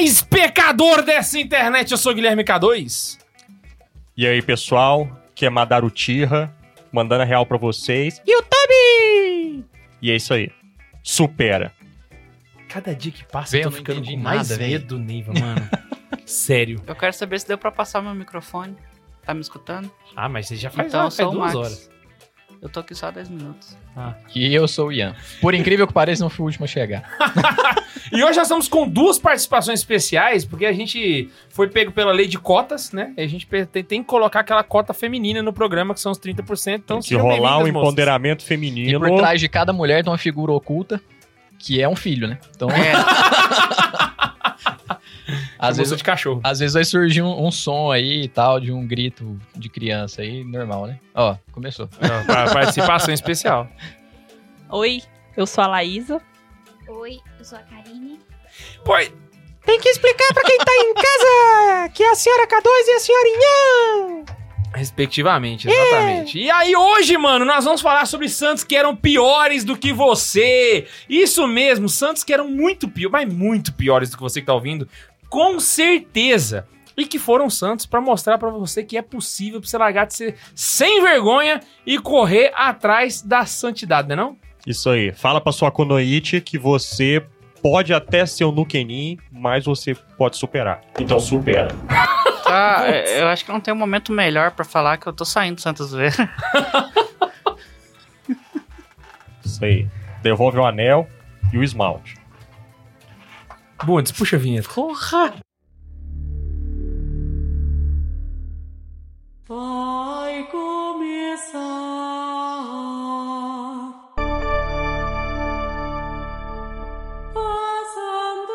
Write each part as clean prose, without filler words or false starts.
mais pecador dessa internet. Eu sou Guilherme K2. E aí, pessoal, que é Madaru Tira, mandando a real pra vocês. YouTube! E é isso aí. Supera. Cada dia que passa, eu tô ficando com mais medo do Neiva, mano. Sério. Eu quero saber se deu pra passar meu microfone. Tá me escutando? Ah, mas você já faz, Então, faz sou o 2 Max. horas. Eu tô aqui só há 10 minutos. E eu sou o Ian. Por incrível que pareça, não fui o último a chegar. E hoje nós estamos com 2 participações especiais, porque a gente foi pego pela lei de cotas, né? E a gente tem que colocar aquela cota feminina no programa, que são os 30%. Então, Tem que rolar um empoderamento E feminino. por trás de cada mulher tem uma figura oculta, que é um filho, né? Então, às vezes de cachorro. Às vezes vai surgir um som aí e tal, de um grito de criança aí, normal, né? Ó, começou. Participação especial. Oi, eu sou a Laísa. Oi, eu sou a Karine. Pois. Tem que explicar pra quem tá em casa que é a senhora K2 e a senhora Inhã. Respectivamente, exatamente. E aí hoje, mano, nós vamos falar sobre Santos que eram piores do que você. Isso mesmo, Santos que eram muito piores, mas muito piores do que você que tá ouvindo. Com certeza. E que foram Santos pra mostrar pra você que é possível pra você largar de ser sem vergonha e correr atrás da santidade, não é não? Isso aí. Fala pra sua Konoichi que você pode até ser um Nukenin, mas você pode superar. Então supera. Tá, eu acho que não tem um momento melhor pra falar que eu tô saindo do Santos Veira. Isso aí. Devolve o anel e o esmalte. Bundes, puxa a vinheta. Porra! Vai começar Passando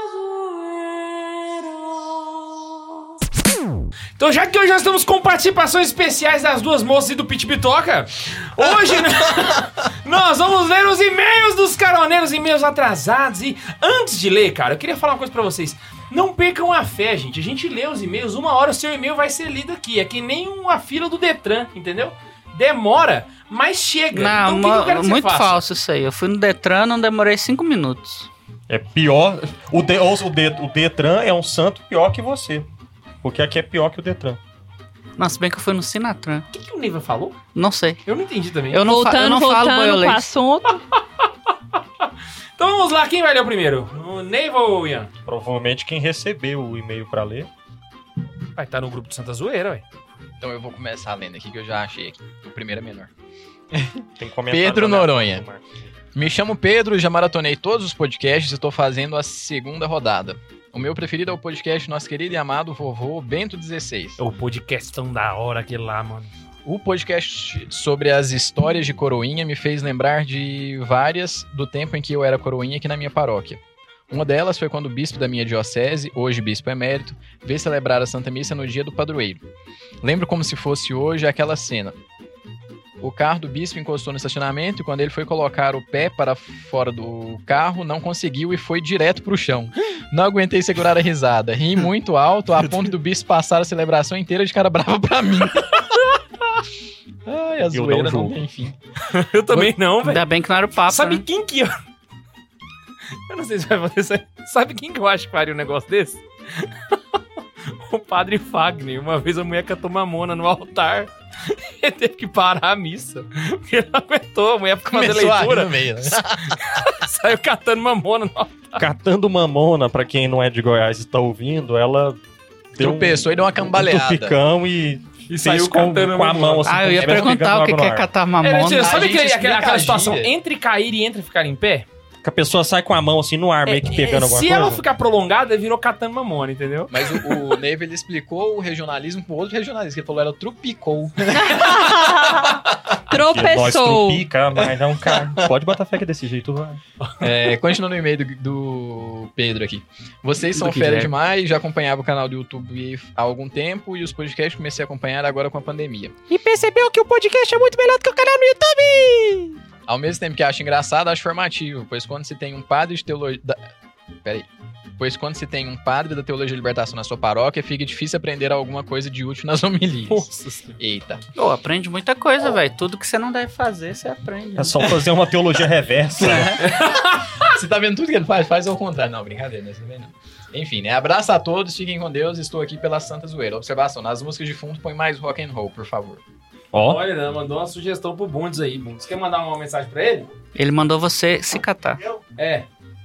a zoeira. Então, já que hoje nós estamos com participações especiais das 2 moças e do Pit Bitoca, hoje nós vamos ler os e-mails dos caroneiros, e-mails atrasados. E antes de ler, cara, eu queria falar uma coisa pra vocês. Não percam a fé, gente. A gente lê os e-mails, uma hora o seu e-mail vai ser lido aqui. É que nem uma fila do Detran, entendeu? Demora, mas chega. Não, então, o que eu quero que você muito faça? falso isso aí. Eu fui no Detran, não demorei 5 minutos. É pior. O Detran é um santo pior que você. Porque aqui é pior que o Detran. Não, se bem que eu fui no Sinatran. O que o Neiva falou? Não sei. Eu não entendi também. Eu não falo Voltando pro boiolês. assunto. Então vamos lá, quem vai ler o primeiro? O Neiva ou o Ian? Provavelmente quem recebeu o e-mail pra ler. Vai estar no grupo de Santa Zoeira, ué. Então eu vou começar lendo aqui, que eu já achei aqui. O primeiro é menor. Tem comentário Pedro na- Noronha. Me chamo Pedro, já maratonei todos os podcasts e estou fazendo a 2ª rodada. O meu preferido é o podcast Nosso Querido e Amado Vovô Bento XVI. O podcast tão da hora aquele lá, mano. O podcast sobre as histórias de coroinha me fez lembrar de várias do tempo em que eu era coroinha aqui na minha paróquia. Uma delas foi quando o bispo da minha diocese, hoje bispo emérito, veio celebrar a Santa Missa no dia do padroeiro. Lembro como se fosse hoje aquela cena. O carro do bispo encostou no estacionamento e quando ele foi colocar o pé para fora do carro, não conseguiu e foi direto pro chão. Não aguentei segurar a risada. Ri muito alto a ponto do bispo passar a celebração inteira de cara brava pra mim. Ai, a Eu zoeira não não julgo. tem fim. Eu também não, velho. Ainda bem que não era o papo, Sabe né? quem que... Eu não sei se vai fazer isso aí. Sabe quem que eu acho que faria um negócio desse? O padre Fagner. Uma vez a mulher catou mamona no altar. Ele teve que parar a missa. Porque ele não aguentou. A mulher ficou fazendo Começou a rir leitura. no meio, né? Saiu catando mamona no altar. Catando mamona, pra quem não é de Goiás e tá ouvindo, ela deu Tropeçou e deu uma um cambaleada. tupicão e E fez saiu com catando a mão assim. Ah, eu como ia se tivesse perguntar pegando o que água no é ar. catar Era, mamona. sabe a gente aquela explica a situação gíria. entre cair e entre ficar em pé? Que a pessoa sai com a mão assim no ar, meio que pegando alguma Se coisa. ela ficar prolongada, virou catando mamona, entendeu? Mas o Neiva, ele explicou o regionalismo pro outro regionalismo, que ele falou era trupicou. Que nós Tropeçou. trupica, mas não cai. Pode botar fé que desse jeito vai. Continuando o e-mail do Pedro aqui. Vocês são Do que fera é. demais, já acompanhava o canal do YouTube há algum tempo e os podcasts comecei a acompanhar agora com a pandemia. E percebeu que o podcast é muito melhor do que o canal no YouTube. Ao mesmo tempo que acho engraçado, acho formativo, pois quando se tem um padre de teologia... Peraí. Pois quando se tem um padre da Teologia de Libertação na sua paróquia, fica difícil aprender alguma coisa de útil nas homilias. Nossa senhora. Eita. Pô, aprende muita coisa, velho. Tudo que você não deve fazer, você aprende. É só fazer uma teologia reversa. Você tá vendo tudo que ele faz? Faz ao contrário. Não, brincadeira, não é isso também não. Enfim, né? Abraço a todos, fiquem com Deus. Estou aqui pela Santa Zoeira. Observação, nas músicas de fundo põe mais rock and roll, por favor. Ó, Olha, né, mandou uma sugestão pro Bundes aí. Bundes, quer mandar uma mensagem pra ele? Ele mandou você se catar. É.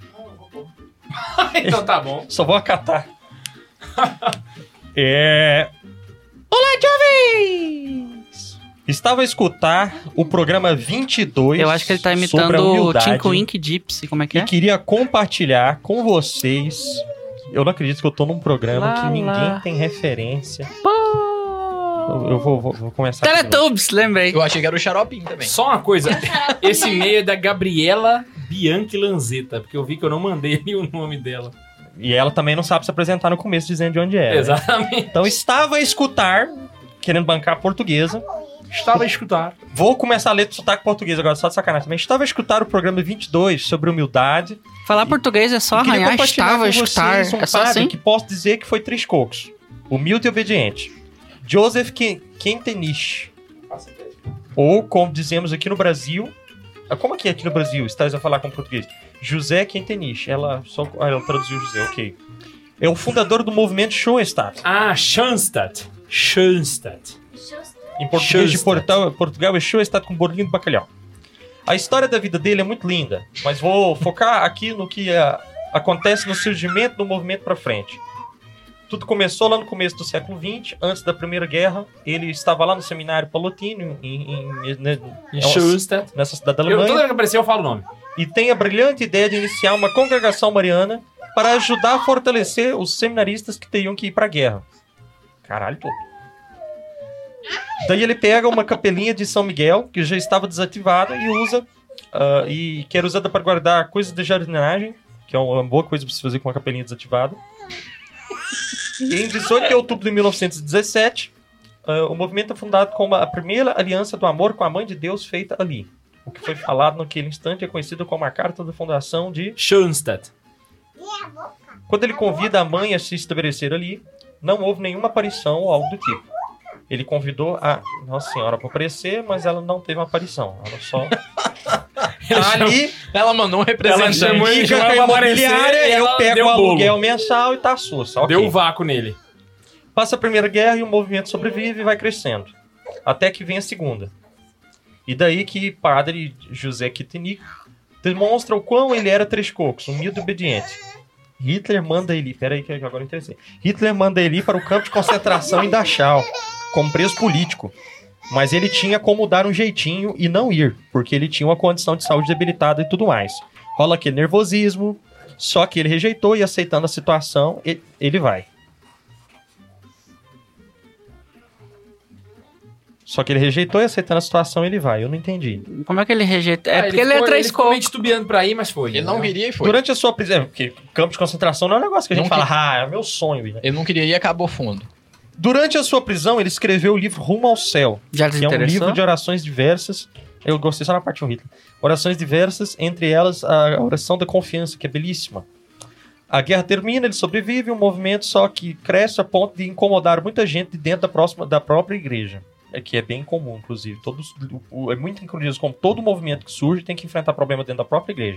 Então tá bom. só vou acatar. Olá, jovens! Estava a escutar o programa 22. Eu acho que ele tá sobre a imitando o humildade Tinko Ink Gypsy. Como é que e é? queria compartilhar com vocês. Eu não acredito que eu tô num programa Lá, que ninguém lá. tem referência. Eu vou começar aqui. Teletubbies, lembrei. Eu achei que era o Xaropinho também. Só uma coisa. Esse e-mail é da Gabriela Bianchi Lanzetta, porque eu vi que eu não mandei ali o nome dela. E ela também não sabe se apresentar no começo dizendo de onde é. Né? Exatamente. Então estava a escutar, querendo bancar a portuguesa. Estava a escutar. Vou começar a ler do sotaque português agora, só de sacanagem também. Estava a escutar o programa 22 sobre humildade. Falar português é só E queria arranhar, compartilhar estava a com escutar. vocês um É só padre assim? que posso dizer que foi três cocos. Humilde e obediente. Joseph Quentenich. Ou, como dizemos aqui no Brasil... Como é que é aqui no Brasil? Estás a falar com português? José Quentenich. Ela traduziu José, ok. É o fundador do movimento Schoenstatt. Ah, Schoenstatt. Schoenstatt. Em português de Schoenstatt. Portugal é Schoenstatt com bolinho de bacalhau. A história da vida dele é muito linda, mas vou focar aqui no que acontece no surgimento do movimento pra frente. Tudo começou lá no começo do século XX, antes da Primeira Guerra. Ele estava lá no seminário palotino, Schoenstatt. nessa cidade da Toda Alemanha, vez que aparecer eu falo o nome. e tem a brilhante ideia de iniciar uma congregação mariana para ajudar a fortalecer os seminaristas que teriam que ir pra guerra. Caralho, pô. Daí ele pega uma capelinha de São Miguel, que já estava desativada, e usa, e que era usada para guardar coisas de jardinagem, que é uma boa coisa para se fazer com uma capelinha desativada. E em 18 de outubro de 1917, o movimento é fundado como a primeira aliança do amor com a Mãe de Deus feita ali. O que foi falado naquele instante é conhecido como a Carta da Fundação de... Schoenstatt. Quando ele convida a mãe a se estabelecer ali, não houve nenhuma aparição ou algo do tipo. Ele convidou a Nossa Senhora para aparecer, mas ela não teve uma aparição. Ela só... ali, Ela mandou um representante. Ela chamou ele- fica com a chamava pra aparecer imobiliária, e eu ela pego deu o bolo. aluguel mensal e tá sussa. Ok. Deu um vácuo nele. Passa a Primeira Guerra e o movimento sobrevive e vai crescendo. Até que vem a Segunda. E daí que padre José Quentenich demonstra o quão ele era três cocos, humilde e obediente. Hitler manda ele... Pera aí que agora eu interessei. Hitler manda ele ir para o campo de concentração em Dachau, como preso político. Mas ele tinha como dar um jeitinho e não ir, porque ele tinha uma condição de saúde debilitada e tudo mais. Rola aquele nervosismo, só que ele rejeitou e aceitando a situação, ele vai. Só que ele rejeitou e aceitando a situação, ele vai. Eu não entendi. Como é que ele rejeita? É porque ele ficou- é três ficou meio cocos. titubeando pra ir, mas foi. Ele não queria e foi. Durante a sua prisão, porque campo de concentração não é um negócio que a gente Não fala, é meu sonho. Né? Ele não queria ir e acabou fundo. Durante a sua prisão, ele escreveu o livro Rumo ao Céu, Já que é um desinteressou? livro de orações diversas. Eu gostei só na parte do Hitler. Orações diversas, entre elas a oração da confiança, que é belíssima. A guerra termina, ele sobrevive, um movimento só que cresce a ponto de incomodar muita gente de dentro da própria igreja. Que é bem comum, inclusive. É muito incrível como todo movimento que surge tem que enfrentar problema dentro da própria igreja.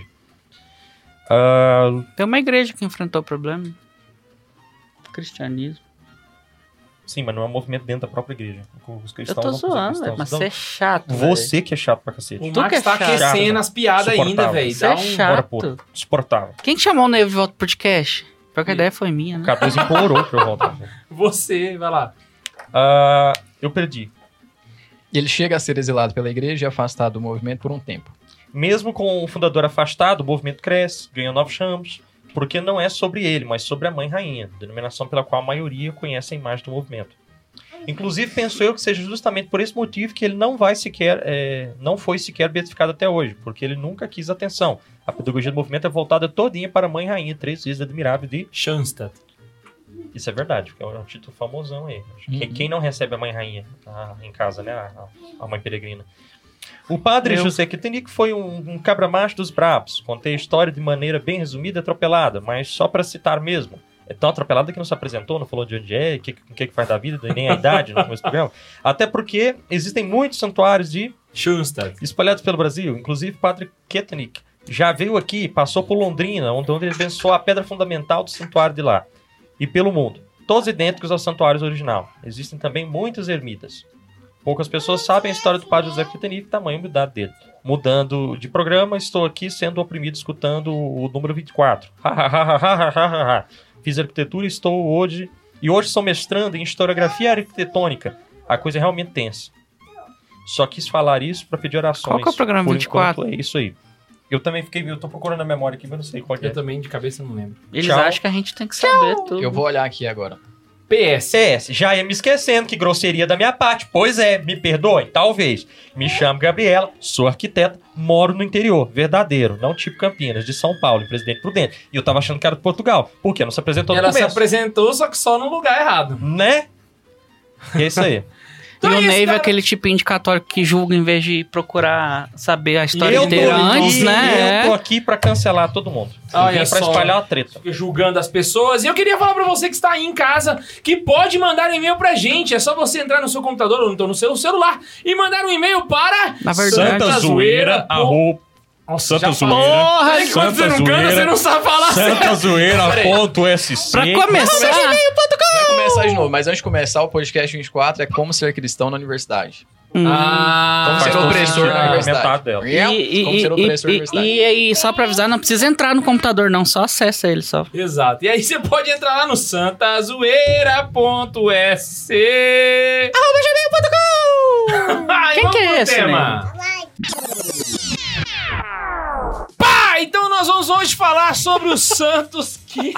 Tem uma igreja que enfrentou o problema. Cristianismo. Sim, mas não é um movimento dentro da própria igreja. Os Eu cristãos tô não são zoando, cristãos. velho, mas Então, você é chato. você que é chato pra cacete. O Tu Max que é tá chato. aquecendo as piadas ainda, Insuportável. velho. Você é Dá um... chato. Bora, pô. Suportável. Quem que chamou o Ney de volta pro podcast? Pior que a ideia foi minha, O né? K2 implorou pra eu voltar. Você, vai lá. Eu perdi. Ele chega a ser exilado pela igreja e afastado do movimento por um tempo. Mesmo com o fundador afastado, o movimento cresce, ganha novos chamos, porque não é sobre ele, mas sobre a Mãe Rainha, denominação pela qual a maioria conhece a imagem do movimento. Inclusive, penso eu que seja justamente por esse motivo que ele não foi sequer beatificado até hoje, porque ele nunca quis atenção. A pedagogia do movimento é voltada todinha para a Mãe Rainha, 3 vezes admirável de... Schoenstatt. Isso é verdade, porque é um título famosão aí. Quem não recebe a Mãe Rainha em casa, né? A Mãe Peregrina. O padre José Quentenich foi um cabra-macho dos brabos. Contei a história de maneira bem resumida e atropelada, mas só para citar mesmo. É tão atropelada que não se apresentou, não falou de onde é, o que faz da vida, nem a idade no começo do programa. Até porque existem muitos santuários de Schoenstatt. espalhados pelo Brasil, inclusive o padre Quentenich Já veio aqui, passou por Londrina, onde ele abençoou a pedra fundamental do santuário de lá. E pelo mundo. Todos idênticos aos santuários original. Existem também muitas ermitas. Poucas pessoas sabem a história do padre José Quitenique e tamanho e humildade dele. Mudando de programa, estou aqui sendo oprimido escutando o número 24. Fiz arquitetura e estou hoje... E hoje sou mestrando em historiografia arquitetônica. A coisa é realmente tensa. Só quis falar isso para pedir orações. Qual que é o programa Por 24? enquanto, é isso aí. Eu também fiquei... Eu tô procurando a memória aqui, mas não sei qual que é. Eu também, de cabeça, não lembro. Eles Tchau. acham que a gente tem que saber tudo. Eu vou olhar aqui agora. PS. PS, já ia me esquecendo, que grosseria da minha parte. Pois é, me perdoem, talvez. Me chamo Gabriela, sou arquiteta, moro no interior, verdadeiro, não tipo Campinas, de São Paulo, em Presidente Prudente. E eu tava achando que era de Portugal. Por quê? Não se apresentou no Ela se começo. apresentou, só que só no lugar errado. Né? E é isso aí. Então e é o isso, Neiva é cara. aquele tipo indicatório que julga em vez de procurar saber a história Eu inteira tô aqui- antes, né? Eu tô aqui pra cancelar todo mundo. Olha Pra só. espalhar a treta. Julgando as pessoas. E eu queria falar pra você que está aí em casa que pode mandar um e-mail pra gente. É só você entrar no seu computador ou então no seu celular e mandar um e-mail para Na verdade, Santa Zoeira. Santa já falei. Zoeira. Porra, enquanto você não canta, você não sabe falar certo. Santazoeira.sc. pra começar, Vai começar de novo, mas antes de começar, o podcast 24 é como ser cristão na universidade. Ah, Como ser faz opressor todo na sentido. universidade. Metade dela. Como ser opressor na universidade. e só pra avisar, não precisa entrar no computador não, só acessa ele só. exato. E aí você pode entrar lá no santazoeira.sc. Quem que é esse, Pá! Então nós vamos hoje falar sobre os santos que...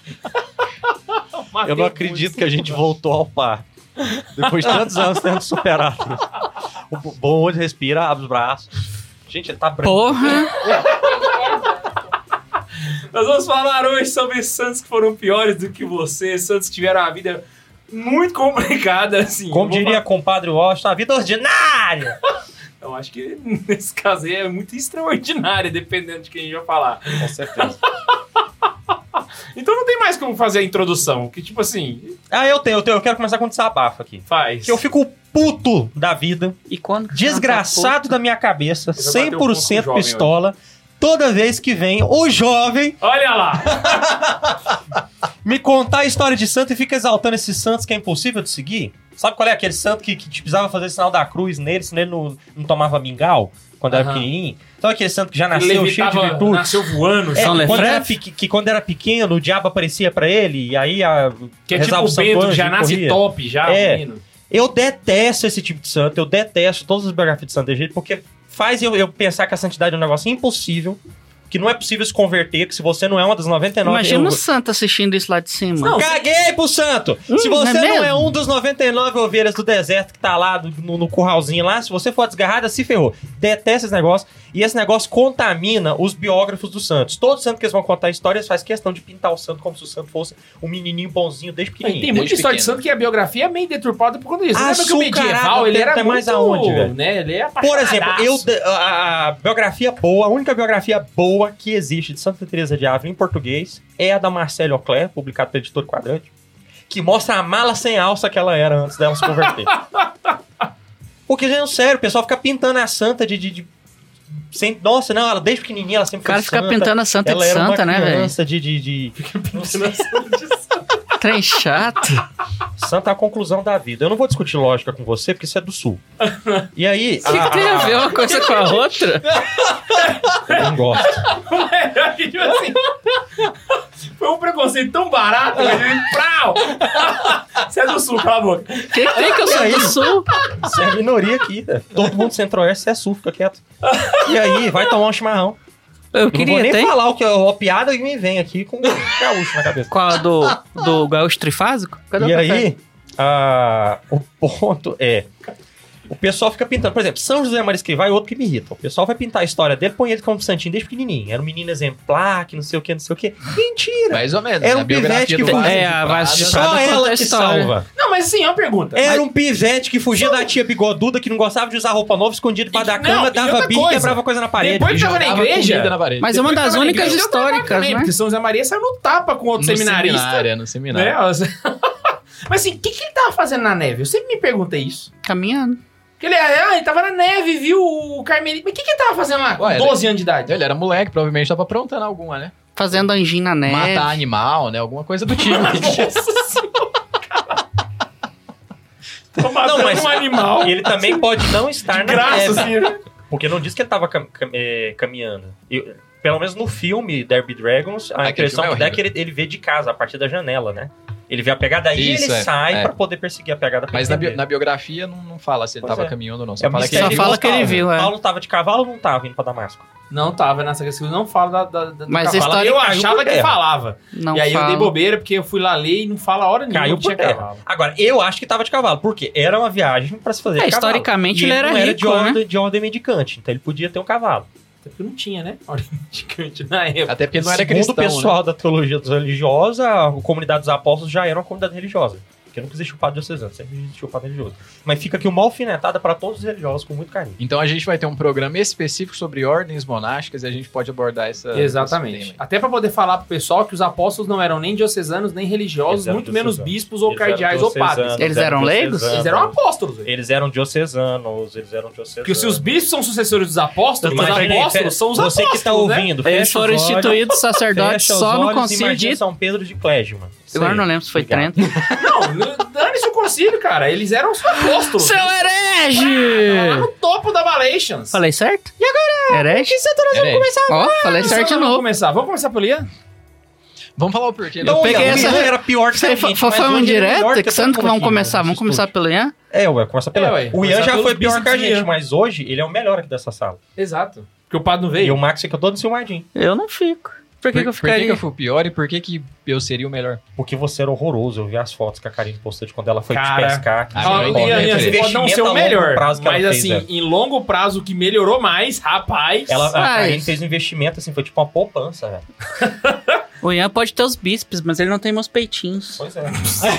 Eu não acredito que a gente voltou ao par. Depois de tantos anos tendo superado isso. O bom onde respira, abre os braços. Gente, ele tá branco. Porra! Nós vamos falar hoje sobre santos que foram piores do que você, santos que tiveram uma vida muito complicada, assim. Como Eu vou diria compadre Washington, a vida ordinária. Eu acho que nesse caso aí é muito extraordinário, dependendo de quem a gente vai falar. Com certeza. Então não tem mais como fazer a introdução, que tipo assim, Eu quero começar com um desabafo aqui. faz. Que eu fico puto da vida, E quando que desgraçado da minha cabeça, Você vai bater um ponto com o 100% jovem pistola, toda vez que vem o jovem Olha lá! me contar a história de santo e fica exaltando esses santos que é impossível de seguir. Sabe qual é aquele santo que precisava fazer o sinal da cruz nele, senão ele não tomava mingau quando era Aham. pequenininho? Então aquele santo que já Ele nasceu cheio de levitava, virtude. nasceu voando. É, São quando era, Lefebvre? quando era pequeno, o diabo aparecia pra ele, e aí Que é tipo rezava o Santo Bento, Anjo que já e nasce corria. top, já, É. menino. Eu detesto esse tipo de santo, eu detesto todas as biografias de santo de jeito, porque faz eu pensar que a santidade é um negócio impossível, que não é possível se converter, que se você não é uma das 99... Imagina o santo assistindo isso lá de cima. Não, Caguei pro santo! Se você não é não é mesmo? um dos 99 ovelhas do deserto que tá lá no curralzinho lá, se você for desgarrada, se ferrou. Detesta esse negócio. E esse negócio contamina os biógrafos dos santos. Todo santo que eles vão contar histórias faz questão de pintar o santo como se o santo fosse um menininho bonzinho desde E pequenininho. tem muita desde história de pequeno. santo que a biografia é meio deturpada por conta disso. Lembra que o Açucarado medieval, ele era até muito... mais aonde, velho? Né? Ele é Por exemplo, apaixonadaço. a biografia boa, a única biografia boa que existe de Santa Teresa de Ávila em português é a da Marcelle Auclair, publicada pela Editora Quadrante, que mostra a mala sem alça que ela era antes dela se converter. Porque, gente, sério, o pessoal fica pintando a santa sem, nossa, não, ela desde pequenininha ela sempre O cara foi fica santa. pintando a santa Ela de era santa, uma né, velho? criança Trem chato. Santa é a conclusão da vida. Eu não vou discutir lógica com você, porque isso é do sul. E aí... O que tem a ver uma coisa com a outra? Eu não gosto. É, tipo assim, foi um preconceito tão barato, mas ele... Prau! Você é do sul, cala a boca. O que tem que eu sou do sul? Você é minoria aqui. Todo mundo centro-oeste, você é sul, fica quieto. E aí, vai tomar um chimarrão. Eu Não vou queria, nem tem? falar o que é a piada e me vem aqui com gaúcho na cabeça. Qual a do gaúcho trifásico? Cadê o E café? aí, o ponto é... O pessoal fica pintando. Por exemplo, São José Maria Escrivá é outro que me irrita. O pessoal vai pintar a história dele, põe ele como santinho desde pequenininho. Era um menino exemplar, que não sei o que, não sei o que. Mentira! Mais ou menos. Era né? um A biografia pivete do que Vaz foi- de É, a Vaz de Prada. Prada. Só conta ela a que história. salva. Não, mas assim, é uma pergunta. Era um pivete que fugia da tia bigoduda, que não gostava de usar roupa nova, escondia debaixo da Não, cama, e dava outra birra e coisa, quebrava coisa na parede. depois E que tava na jogava igreja... comida na parede. Mas é uma Depois das tava na únicas igreja, eu tava históricas, também, né? Porque São José Maria saiu no tapa com outro No seminarista. seminário, no Né? seminário. Mas assim, o que ele tava fazendo na neve? Eu sempre me perguntei isso. Caminhando. Porque ele tava na neve, viu o Carmelita. Mas o que ele tava fazendo lá com Ué, 12 anos de idade? Ele era moleque, provavelmente tava aprontando alguma, né? Fazendo anjinho na neve. Matar animal, né? Alguma coisa do tipo. Nossa senhora, cara. Tô matando Não, mas um animal. ele também pode não estar na Graças, neve. senhor. Porque não diz que ele tava caminhando. Pelo menos no filme Derby Dragons, a Aquele impressão filme que é dá é que ele vê de casa, a partir da janela, né? Ele vê a pegada aí e Isso, ele sai é. pra poder perseguir a pegada. pra Mas na entender. biografia não fala se ele Pois tava é. caminhando ou não. É Só um fala que mistério Só fala de que ele Paulo. viu, é. Paulo tava de cavalo ou não tava indo pra Damasco? Não tava nessa questão, não fala do Mas cavalo. história Eu caiu achava por que terra. falava. Não e aí eu fala. dei bobeira, porque eu fui lá ler e não fala a hora nenhuma Caiu que por tinha terra. cavalo. Agora, eu acho que tava de cavalo, porque era uma viagem pra se fazer de cavalo. Historicamente E ele era não rico, de ordem, de ordem mendicante, então ele podia ter um cavalo. Até porque não tinha, né? Ordem gigante na época. Até porque não era Segundo cristão, o pessoal da teologia religiosa, a comunidade dos apóstolos já era uma comunidade religiosa. Porque nunca existiu o padre diocesano, sempre existiu o padre religioso. Mas fica aqui uma alfinetada para todos os religiosos com muito carinho. Então a gente vai ter um programa específico sobre ordens monásticas e a gente pode abordar esse Exatamente. tema aí. Até pra poder falar pro pessoal que os apóstolos não eram nem diocesanos, nem religiosos, Eles eram muito menos diocesanos. bispos ou Eles eram cardeais ou padres. diocesanos, Eles eram leigos? Eles eram apóstolos. velho. Eles eram diocesanos, Porque se os bispos são sucessores dos apóstolos, os Imagina aí, apóstolos são os você apóstolos, que tá né? ouvindo, Eles foram instituídos sacerdotes fecha os só no olhos e concílio imagina de... São Pedro de Clégima. Agora não lembro se foi Obrigado. Trento. Não, dane-se o concílio, cara. Eles eram os apóstolos. Seu Estavam lá herege! no topo da Valations. Falei certo? E agora? Herege? Herege. Ó, falei certo de Vamos novo. começar. Vamos começar pelo Ian? Vamos falar o porquê. Então, Eu peguei o essa- Ian era pior que Isso a aí gente, foi mas uma hoje ele é melhor indireta? que Que todo santo que mundo vamos aqui, começar? né, Vamos nesse começar estúdio. pelo Ian? Começa pelo ué. O Ian Começar já pelos foi pior que a bíceps do gente, Ian. mas hoje ele é o melhor aqui dessa sala. Exato. Porque o padre não E veio. o Max fica todo enciumadinho. Eu não fico. Por que eu Por que ficaria? eu fui o pior e por que eu seria o melhor? Porque você era horroroso. Eu vi as fotos que a Karine postou de quando ela foi Cara, te pescar. Ah, Ó, não, Ian, não, Ian, você não, pode não ser investimento o a longo melhor, prazo que ela mas fez, assim, em longo prazo, o que melhorou mais, rapaz... A Faz. Karine fez um investimento, assim, foi tipo uma poupança, velho. O Ian pode ter os bíceps, mas ele não tem meus peitinhos. Pois é.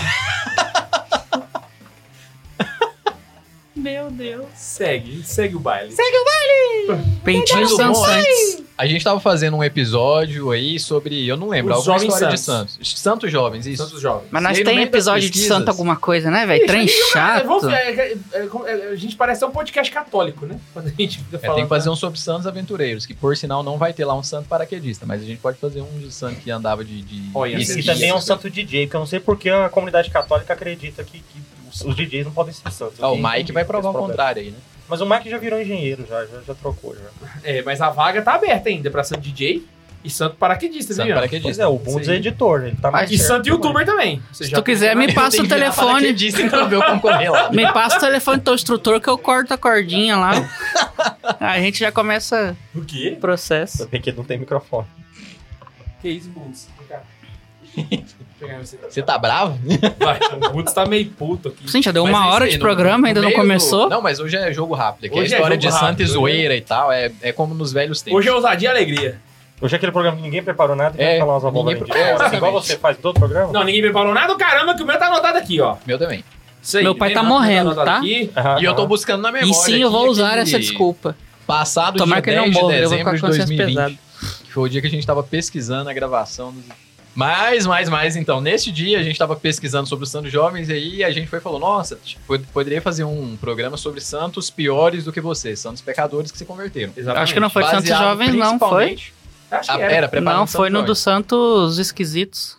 Meu Deus. Segue o baile. Peitinhos Tudo bom? dançantes. A gente tava fazendo um episódio aí sobre, eu não lembro, Os alguma jovens história santos. de Santos. Santos jovens, isso. Santos jovens. Mas nós E aí, no tem meio das episódio de pesquisas- santo alguma coisa, né, velho? Trem chato. A gente parece ter um podcast católico, né? Quando a gente fica falando. Tem que fazer um sobre Santos Aventureiros, que por sinal não vai ter lá um santo paraquedista, mas a gente pode fazer um de santo que andava de Olha, E Esse também é um dia. santo DJ, que eu não sei porque a comunidade católica acredita que os DJs não podem ser santos. Ah, o Eu Mike entendi vai esse provar o problema. contrário aí, né? Mas o Mike já virou engenheiro, já trocou. Já. É, mas a vaga tá aberta ainda pra santo DJ e santo paraquedista, Santo viu? Pois paraquedista. é, o Bundes Sim. é editor, ele tá mais E certo santo que o youtuber também. Você Se já tu quiser, me passa o Tem que virar telefone. paraquedista, então ver o concorrer lá. Me passa o telefone do teu instrutor que eu corto a cordinha lá. Aí a gente já começa O quê? o processo. Você vê que ele não tem microfone. Que isso, Bundes? Vem cá. Vou pegar você. Você tá bravo? Vai, o Bundes tá meio puto aqui. Sim, já deu Mas uma é hora isso de aí, programa, ainda não meio começou. Não, mas hoje é jogo rápido. Aqui Hoje a é história jogo de santo rápido, e zoeira e tal, é como nos velhos tempos. Hoje é ousadia e alegria. Hoje é aquele programa que ninguém preparou nada e vai É, falar umas ninguém abobagens de preparou, fora. Igual exatamente. você faz em todo programa? Não, ninguém preparou nada. Caramba, que o meu tá anotado aqui, ó. Meu também. Isso aí, Meu pai vem tá nada, morrendo, anotado tá? aqui. Aham, E eu tô aham. buscando na memória. E sim, eu vou aqui usar aquele essa desculpa. Passado Tomara dia que ele não 10 de morra, eu vou dezembro ficar de com a consciência 2020. pesada. Que foi o dia que a gente tava pesquisando a gravação. Mas, então, nesse dia a gente tava pesquisando sobre os santos jovens e aí a gente foi e falou, nossa, poderia fazer um programa sobre santos piores do que você, santos pecadores que se converteram. Exatamente. Acho que não foi de Santos Baseado Jovens, não, foi? principalmente- Acho que Ah, era. preparando Não, foi no Santos dos Santos Esquisitos.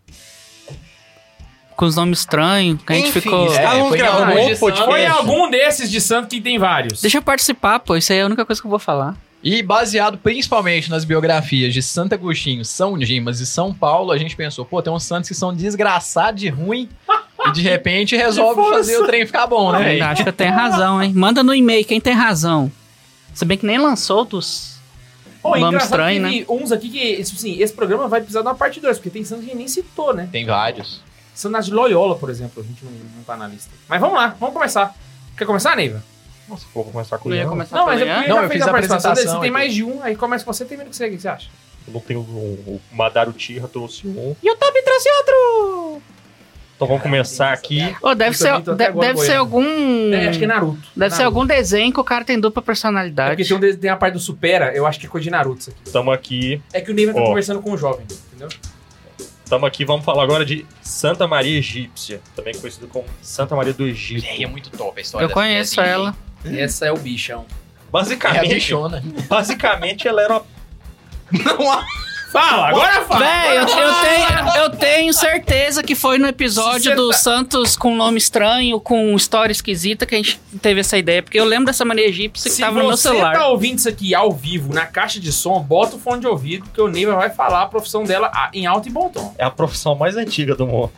Com os nomes estranhos, que a gente Enfim, ficou... estávamos foi em gravando alguns outro de Santos. Foi podcast. algum desses de santo que tem vários. Deixa eu participar, pô, isso aí é a única coisa que eu vou falar. E baseado principalmente nas biografias de Santo Agostinho, São Dimas e São Paulo, a gente pensou, pô, tem uns santos que são desgraçados de ruim e de repente resolve fazer o trem ficar bom, né? Eu acho que eu tenho razão, hein? Manda no e-mail quem tem razão. Se bem que nem lançou dos... Pô, Nome engraçado estranho, que teve uns aqui que, tipo assim, esse programa vai precisar de uma parte 2, porque tem santos que a gente nem citou, né? Tem vários. Santos de Loyola, por exemplo, a gente não tá na lista. Mas vamos lá, vamos começar. Quer começar, Neiva? Nossa, vou começar com o Não ia Ian. começar Não, pelo mas é Ian? porque Não, já eu fez fiz a a participação dele. Se apresentação tem aqui. mais de um, aí começa com você, termina com você, o que você acha? Eu não tenho o Madaro Tira, trouxe um. E o Toby trouxe outro! Então vamos começar aqui. Ô, deve Eu ser, também tô até agora deve ser boiando. algum... Acho que é Naruto. Deve ser Naruto. algum desenho que o cara tem dupla É personalidade. porque tem a parte do Supera, eu acho que é coisa de Naruto isso aqui. Estamos aqui. É que o Neiva tá Ó. conversando com o jovem, entendeu? Vamos falar agora de Santa Maria Egípcia, também conhecido como Santa Maria do Egito. É muito top a história Eu dessa conheço mulherzinha. ela. Essa é o bichão. Basicamente, É a bichona. basicamente ela era uma... Fala, agora fala. Véi, eu tenho certeza que foi no episódio Se do cê tá- Santos com nome estranho, com história esquisita, que a gente teve essa ideia. Porque eu lembro dessa mania egípcia que Se tava no meu você celular. tá ouvindo isso aqui ao vivo, na caixa de som, bota o fone de ouvido, que o Neiva vai falar a profissão dela em alto e bom tom. É a profissão mais antiga do mundo.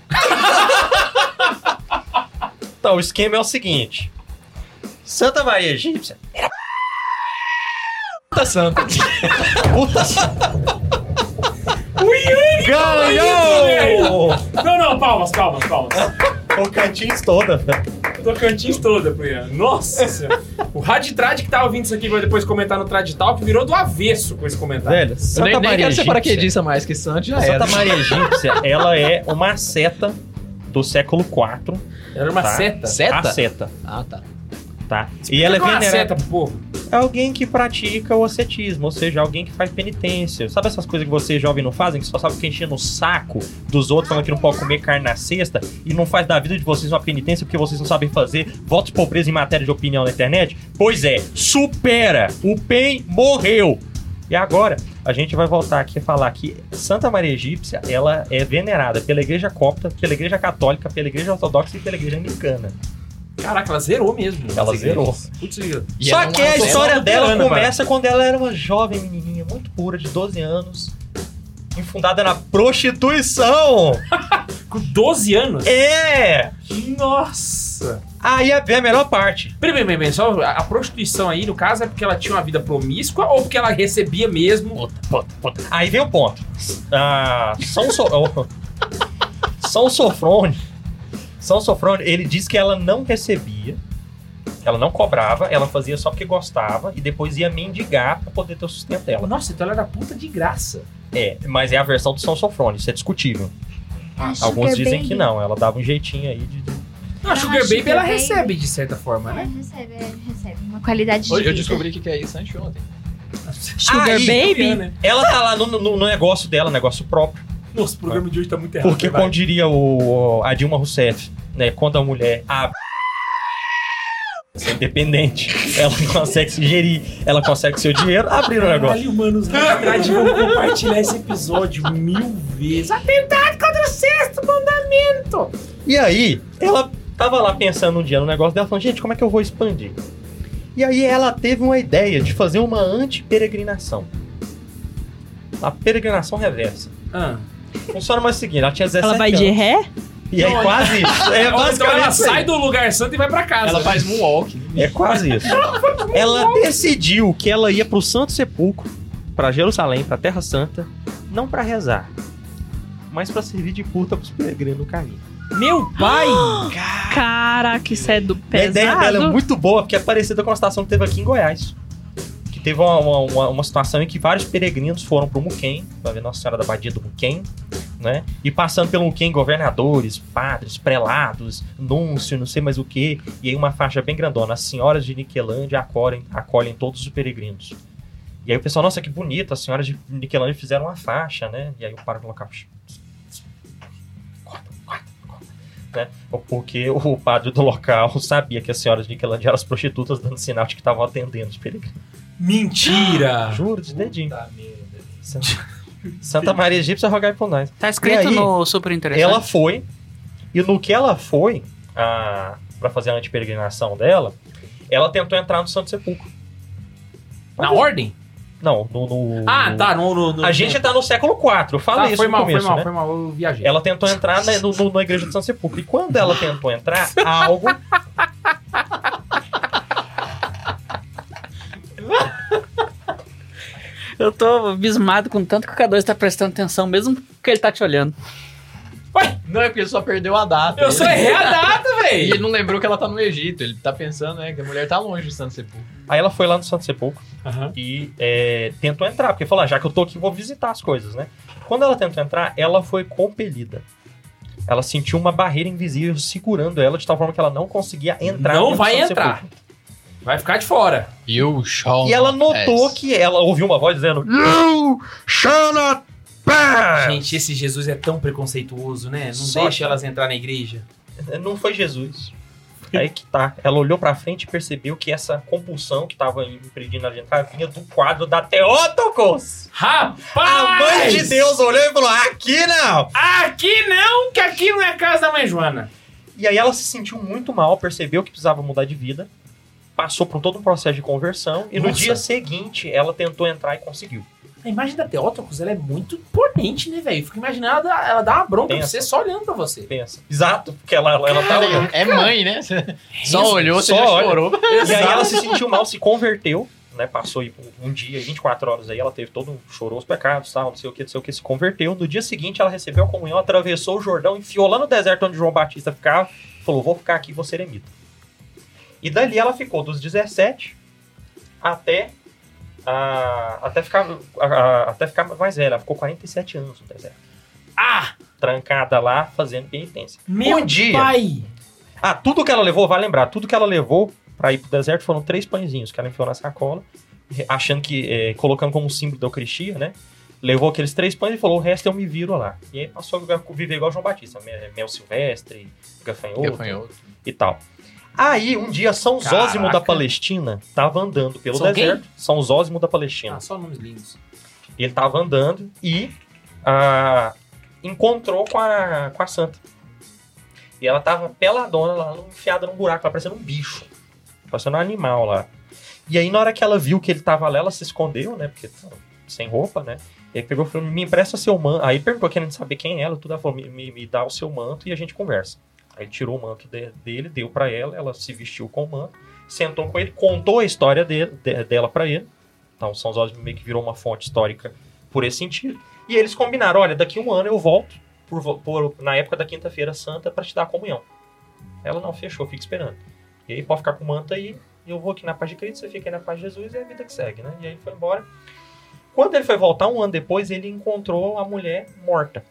Então, o esquema é o seguinte. Santa Maria Egípcia era Puta santa. puta... Ganhou! Ganhou! Não, palmas. Tocantins toda, velho. Tocantins toda pro Ian. Nossa senhora. O Raditrad que tá ouvindo isso aqui vai depois comentar no Tradital, que virou do avesso com esse comentário. Velho, Eu Santa nem Maria quero ser Egípcia... paraquedista mais, que santo já era. Santa Maria Egípcia, ela é uma seta do século IV. Era uma Tá. seta. Seta? A seta, Ah, tá. tá? E ela é Qual a venerada... seta pro povo? É alguém que pratica o ascetismo, ou seja, alguém que faz penitência. Sabe essas coisas que vocês jovens não fazem, que só sabe ficar enchendo o saco dos outros, falando que não pode comer carne na cesta, e não faz da vida de vocês uma penitência porque vocês não sabem fazer votos pobreza em matéria de opinião na internet? Pois é, supera! O PEN morreu! E agora, a gente vai voltar aqui a falar que Santa Maria Egípcia, ela é venerada pela Igreja Copta, pela Igreja Católica, pela Igreja Ortodoxa e pela Igreja Anglicana. Caraca, ela zerou mesmo. Ela as zerou. igrejas. Putz, E Só ela é que uma a história seta dela luterana, começa quando ela era uma jovem menininha muito pura, de 12 anos, infundada na prostituição. com 12 anos? É! Nossa. Aí vem a melhor parte. Bem, só a prostituição aí, no caso, é porque ela tinha uma vida promíscua ou porque ela recebia mesmo? Aí vem o ponto. São Sofrônio, ele diz que ela não recebia, ela não cobrava, ela fazia só porque gostava e depois ia mendigar pra poder ter o sustento dela. Nossa, então ela era puta de graça. É, mas é a versão do São Sofrônio, isso é discutível. A Alguns Sugar dizem Baby. que não, ela dava um jeitinho aí de... Não, a Não, Sugar a Baby Sugar ela Baby- recebe de certa forma, né? Recebe. Uma qualidade de Hoje eu vida. descobri o que é isso anteontem. Sugar Aí, Baby? Né? Ela tá lá no negócio dela, negócio próprio. Nossa, o programa de hoje tá muito errado. Porque, vai. como diria a Dilma Rousseff, né, quando a mulher é independente, ela consegue se gerir, ela consegue seu dinheiro, abrir o negócio. Caralho, mano, os Raditrad vão compartilhar esse episódio 1000 vezes. Atentado contra o sexto mandamento. E aí, ela tava lá pensando um dia no negócio dela, falando, gente, como é que eu vou expandir? E aí ela teve uma ideia de fazer uma anti-peregrinação. A peregrinação reversa. Ah. Funciona mais o seguinte, ela tinha 17 Ela vai anos. de ré? E é quase isso. É Então basicamente ela isso aí. sai do lugar santo e vai pra casa. Ela né? faz moonwalk. É quase isso. Ela decidiu que ela ia pro Santo Sepulcro, pra Jerusalém, pra Terra Santa, não pra rezar, mas pra servir de puta pros peregrinos no caminho. Meu pai! Caraca, isso é do E a ideia dela é pesado. muito boa, porque é parecida com a situação que teve aqui em Goiás. Que teve uma situação em que vários peregrinos foram pro Muquem, pra ver Nossa Senhora da Badia do Muquem, né? E passando pelo Muquem, governadores, padres, prelados, núncio, não sei mais o que. E aí uma faixa bem grandona. As senhoras de Niquelândia acolhem todos os peregrinos. E aí o pessoal, nossa, que bonito, as senhoras de Niquelândia fizeram uma faixa, né? E aí o padre colocava... Corta. Né? Porque o padre do local sabia que as senhoras de Niquelândia eram as prostitutas dando sinal de que estavam atendendo os peregrinos. Mentira! Juro, de dedinho. Puta merda. Santa Maria Egípcia, rogai por nós. Tá escrito E aí, no Super Interessante. Ela foi, e no que ela foi pra fazer a antiperegrinação dela, ela tentou entrar no Santo Sepulcro. Na ordem? Não, no... Ah, tá. No A gente tá no século IV, eu falei isso foi no mal, começo, né? foi mal, eu viajei. Ela tentou entrar na igreja do Santo Sepulcro. E quando ela tentou entrar, algo... Eu tô abismado com tanto que o K2 tá prestando atenção, mesmo que ele tá te olhando. Não, é porque ele só perdeu a data. Eu só errei a data, E ele velho! não lembrou que ela tá no Egito. Ele tá pensando, né, que a mulher tá longe do Santo Sepulcro. Aí ela foi lá no Santo Sepulcro e tentou entrar, porque falou, já que eu tô aqui, vou visitar as coisas, né? Quando ela tentou entrar, ela foi compelida. Ela sentiu uma barreira invisível segurando ela de tal forma que ela não conseguia entrar. Não dentro do vai Santo entrar. Sepulcro. Vai ficar de fora. You shall E ela not notou pass. que ela ouviu uma voz dizendo You shall not pass! Gente, esse Jesus é tão preconceituoso, né? Não Só deixa que- elas entrar na igreja. Não foi Jesus. Aí que tá. Ela olhou pra frente e percebeu que essa compulsão que tava impedindo ela de entrar vinha do quadro da Theotokos. Rapaz! A mãe de Deus olhou e falou, aqui não! Aqui não, que aqui não é casa da mãe Joana. E aí ela se sentiu muito mal, percebeu que precisava mudar de vida, passou por todo um processo de conversão, e no Nossa. dia seguinte ela tentou entrar e conseguiu. A imagem da Theotokos, ela é muito imponente, né, velho? Fico imaginando ela dá uma bronca pra Pensa. você só olhando pra você. Pensa. Exato, porque ela tá olhando. É mãe, né? Você só olhou, você Só já olha. chorou. E aí ela se sentiu mal, se converteu, né? Passou aí um dia, 24 horas aí, ela teve chorou os pecados, tal, não sei o que, se converteu. No dia seguinte ela recebeu a comunhão, atravessou o Jordão, enfiou lá no deserto onde João Batista ficava, falou, vou ficar aqui, vou ser eremita. E dali ela ficou dos 17 até ficar mais velha. Ela ficou 47 anos no deserto. Ah! Trancada lá, fazendo penitência. Meu Um dia. pai! Tudo que ela levou, vai lembrar, tudo que ela levou pra ir pro deserto foram 3 pãezinhos que ela enfiou na sacola, achando que, colocando como símbolo da Eucaristia, né? Levou aqueles 3 pães e falou, o resto eu me viro lá. E aí passou a viver igual João Batista, mel silvestre, gafanhoto e tal. Aí, um dia, São Zósimo da Palestina tava andando pelo São deserto. São Zósimo da Palestina. Ah, só nomes lindos. Ele tava andando e encontrou com a santa. E ela tava peladona lá, enfiada num buraco, lá, parecendo um bicho. Parecendo um animal lá. E aí, na hora que ela viu que ele tava lá, ela se escondeu, né? Porque sem roupa, né? E aí pegou e falou, me empresta seu manto. Aí perguntou, querendo saber quem é ela, tudo. Ela falou, me dá o seu manto e a gente conversa. Aí ele tirou o manto dele, deu pra ela se vestiu com o manto, sentou com ele, contou a história dela pra ele. Então, São Zósimo meio que virou uma fonte histórica por esse sentido. E eles combinaram, olha, daqui um ano eu volto, na época da Quinta-feira Santa, pra te dar a comunhão. Ela não, fechou, fica esperando. E aí pode ficar com o manto aí, eu vou aqui na paz de Cristo, você fica aí na paz de Jesus e é a vida que segue, né? E aí ele foi embora. Quando ele foi voltar, um ano depois, ele encontrou a mulher morta.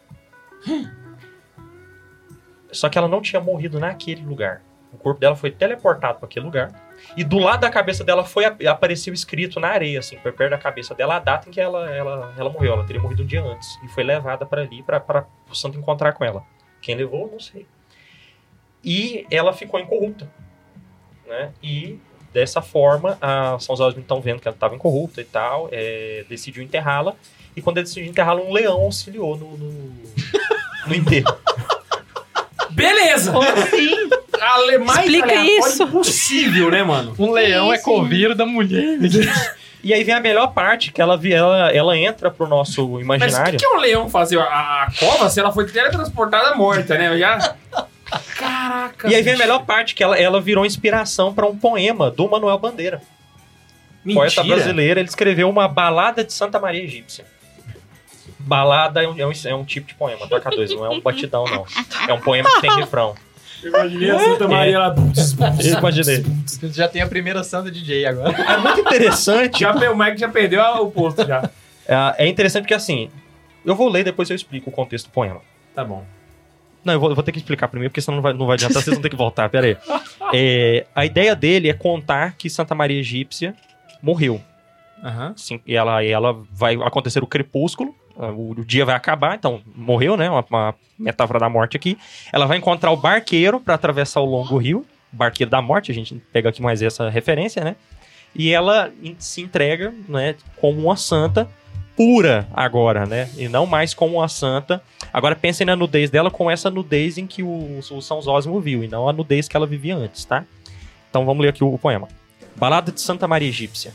Só que ela não tinha morrido naquele lugar. O corpo dela foi teleportado para aquele lugar. E do lado da cabeça dela apareceu escrito na areia, assim, foi perto da cabeça dela, a data em que ela morreu. Ela teria morrido um dia antes. E foi levada para ali, para o santo encontrar com ela. Quem levou, não sei. E ela ficou incorrupta. Né? E dessa forma, a São Zósimo, então, vendo que ela estava incorrupta e tal, decidiu enterrá-la. E quando ele decidiu enterrá-la, um leão auxiliou no enterro. Beleza! Sim. Mais Explica aleatório isso. Possível, né, mano? Um leão é coveiro da mulher. E aí vem a melhor parte, que ela entra pro nosso Mas o imaginário. que é um leão fazer? A cova, se ela foi teletransportada morta, né? Já... Caraca. E aí vem a bicho. melhor parte, que ela virou inspiração para um poema do Manuel Bandeira. Poeta brasileiro, ele escreveu uma balada de Santa Maria Egípcia. Balada é um tipo de poema, toca 2, não é um batidão, não. É um poema que tem refrão. Eu imaginei a Santa Maria lá. Eu imaginei. Já tem a primeira santa DJ agora. É muito interessante. O Mike já perdeu o posto já. É interessante porque, assim, eu vou ler, depois eu explico o contexto do poema. Tá bom. Não, eu vou ter que explicar primeiro, porque senão não vai adiantar, vocês vão ter que voltar, pera aí. A ideia dele é contar que Santa Maria Egípcia morreu. Aham. Sim, e ela vai acontecer o crepúsculo, o dia vai acabar, então morreu, né? Uma metáfora da morte aqui. Ela vai encontrar o barqueiro para atravessar o longo rio, o barqueiro da morte, a gente pega aqui mais essa referência, né? E ela se entrega, né, como uma santa pura agora, né? E não mais como uma santa. Agora pensem na nudez dela com essa nudez em que o São Zósimo viu, e não a nudez que ela vivia antes, tá? Então vamos ler aqui o poema. Balada de Santa Maria Egípcia.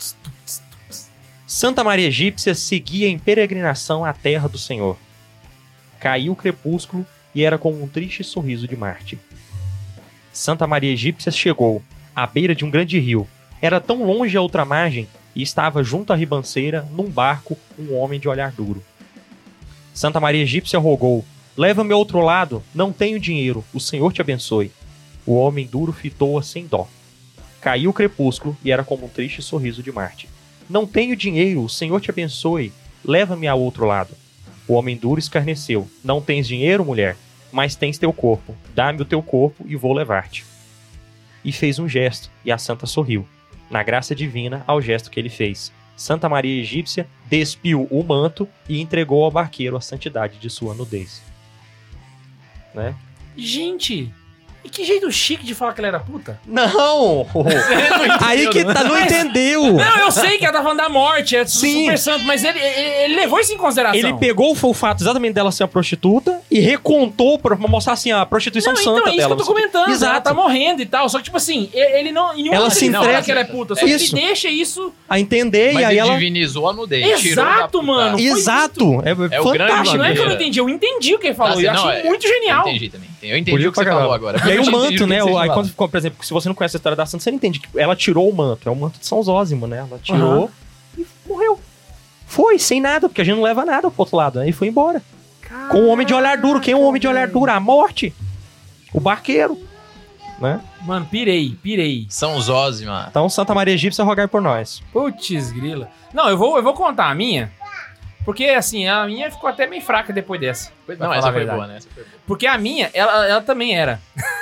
Santa Maria Egípcia seguia em peregrinação à terra do Senhor. Caiu o crepúsculo e era como um triste sorriso de Marte. Santa Maria Egípcia chegou à beira de um grande rio. Era tão longe a outra margem e estava junto à ribanceira, num barco, um homem de olhar duro. Santa Maria Egípcia rogou: leva-me ao outro lado, não tenho dinheiro, o Senhor te abençoe. O homem duro fitou-a sem dó. Caiu o crepúsculo e era como um triste sorriso de Marte. Não tenho dinheiro, o Senhor te abençoe, leva-me ao outro lado. O homem duro escarneceu: não tens dinheiro, mulher, mas tens teu corpo, dá-me o teu corpo e vou levar-te. E fez um gesto, e a santa sorriu, na graça divina ao gesto que ele fez. Santa Maria Egípcia despiu o manto e entregou ao barqueiro a santidade de sua nudez. Né? Gente, E que jeito chique de falar que ela era puta. Não! Aí que tá, não entendeu. Não, eu sei que ela tá falando da morte, é Sim. super santo, mas ele levou isso em consideração. Ele pegou o fato exatamente dela ser uma prostituta e recontou pra mostrar assim a prostituição Não, santa então, é isso dela. que eu tô comentando. Exato. Ela tá morrendo e tal. Só que, tipo assim, ele não. Em nenhum Ela momento se ele fala entrega- que ela é puta. Só que ele Isso. deixa isso. A entender Mas e aí ele ela... divinizou a nudez. tirou da Exato, puta. mano. Foi Exato. É, É o grande fantástico. Não é que eu não Maneira. entendi, eu entendi o que ele falou. Assim, eu não, achei muito genial. Eu entendi também. Eu entendi Podia o que você pra falou caramba. agora. E aí Eu o entendi manto, o que né? você Aí falou. quando ficou, por exemplo, se você não conhece a história da santa, você não entende que ela tirou o manto. É o manto de São Zósimo, né? Ela tirou e morreu. Foi, sem nada, porque a gente não leva nada pro outro lado. Aí foi embora. Com o homem de olhar duro. Quem é o homem de olhar duro? A morte. O barqueiro. Né? Mano, pirei. São Zósima. Então, Santa Maria Egípcia, rogai por nós. Putz, grila. Não, eu vou contar a minha. Porque, assim, a minha ficou até meio fraca depois dessa. pra Não, falar essa a foi verdade. boa, né? Essa foi boa. Porque a minha, ela também era.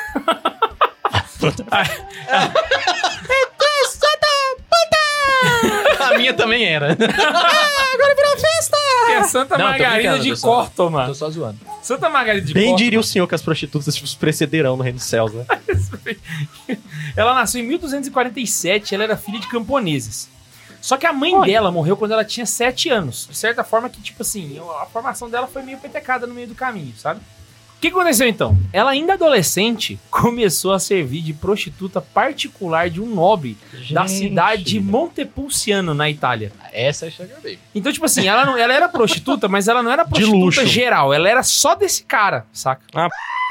A minha também era. Que é Santa Não, tô Margarida brincando, de tô só- Córtoma. Tô só zoando. Santa Margarida de Bem Córtoma. diria o senhor que as prostitutas tipo, precederão no reino dos céus, né? Ela nasceu em 1247, ela era filha de camponeses. Só que a mãe dela morreu quando ela tinha 7 anos. De certa forma que, tipo assim, a formação dela foi meio petecada no meio do caminho, sabe? O que aconteceu então? Ela, ainda adolescente, começou a servir de prostituta particular de um nobre da cidade de Montepulciano, na Itália. Essa é a Sugar Baby. Então, tipo assim, ela era prostituta, mas ela não era prostituta luxo. geral. Ela era só desse cara, saca? Ah.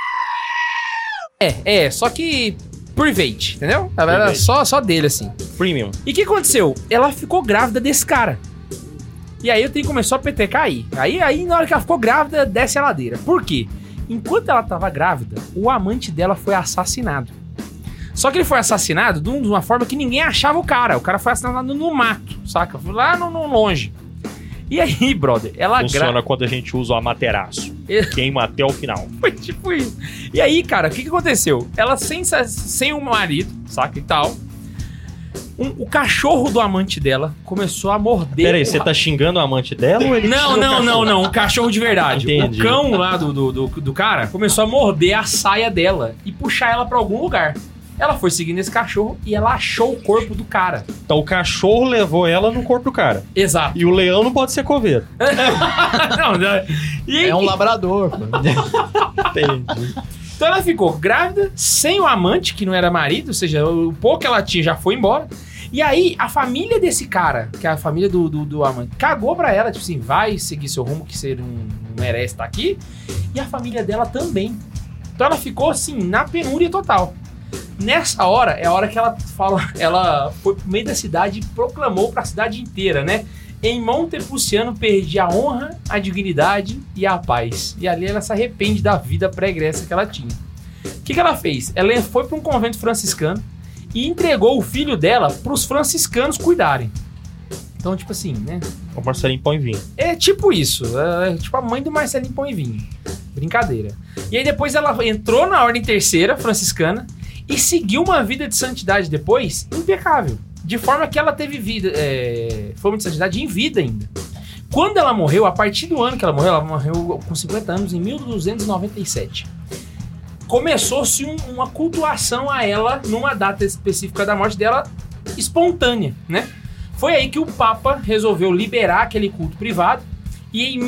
Só que private, entendeu? Ela era Private. só dele, assim. Premium. E o que aconteceu? Ela ficou grávida desse cara. E aí o trem começou a petecar aí. Aí, na hora que ela ficou grávida, desce a ladeira. Por quê? Enquanto ela tava grávida, o amante dela foi assassinado. Só que ele foi assassinado de uma forma que ninguém achava o cara. O cara foi assassinado no mato, saca? Foi lá no longe. E aí, brother, ela Funciona quando a gente usa o amateraço. Queima até o final. Foi tipo isso. E aí, cara, o que aconteceu? Ela sem o marido, saca? E tal. O cachorro do amante dela começou a morder. Peraí, você tá xingando o amante dela ou ele Não, o cachorro de verdade. Entendi. O cão lá do cara começou a morder a saia dela e puxar ela pra algum lugar. Ela foi seguindo esse cachorro e ela achou o corpo do cara. Então o cachorro levou ela no corpo do cara. Exato. E o leão não pode ser coveiro. E É um labrador, pô. Entendi. Então ela ficou grávida, sem o amante, que não era marido, ou seja, o pouco que ela tinha já foi embora. E aí, a família desse cara, que é a família do amante, cagou pra ela, tipo assim, vai seguir seu rumo, que você não merece estar aqui. E a família dela também. Então ela ficou, assim, na penúria total. Nessa hora, é a hora que ela fala, ela foi pro meio da cidade e proclamou pra cidade inteira, né? Em Montepulciano perdi a honra, a dignidade e a paz. E ali ela se arrepende da vida pregressa que ela tinha. O que ela fez? Ela foi para um convento franciscano e entregou o filho dela pros franciscanos cuidarem. Então, tipo assim, né? O Marcelinho põe vinho. É tipo isso. É tipo a mãe do Marcelinho Pão e Vinho. Brincadeira. E aí depois ela entrou na ordem terceira franciscana e seguiu uma vida de santidade depois impecável. De forma que ela teve vida, forma de santidade em vida ainda. Quando ela morreu, a partir do ano que ela morreu com 50 anos, em 1297. Começou-se uma cultuação a ela, numa data específica da morte dela, espontânea, né? Foi aí que o Papa resolveu liberar aquele culto privado, e em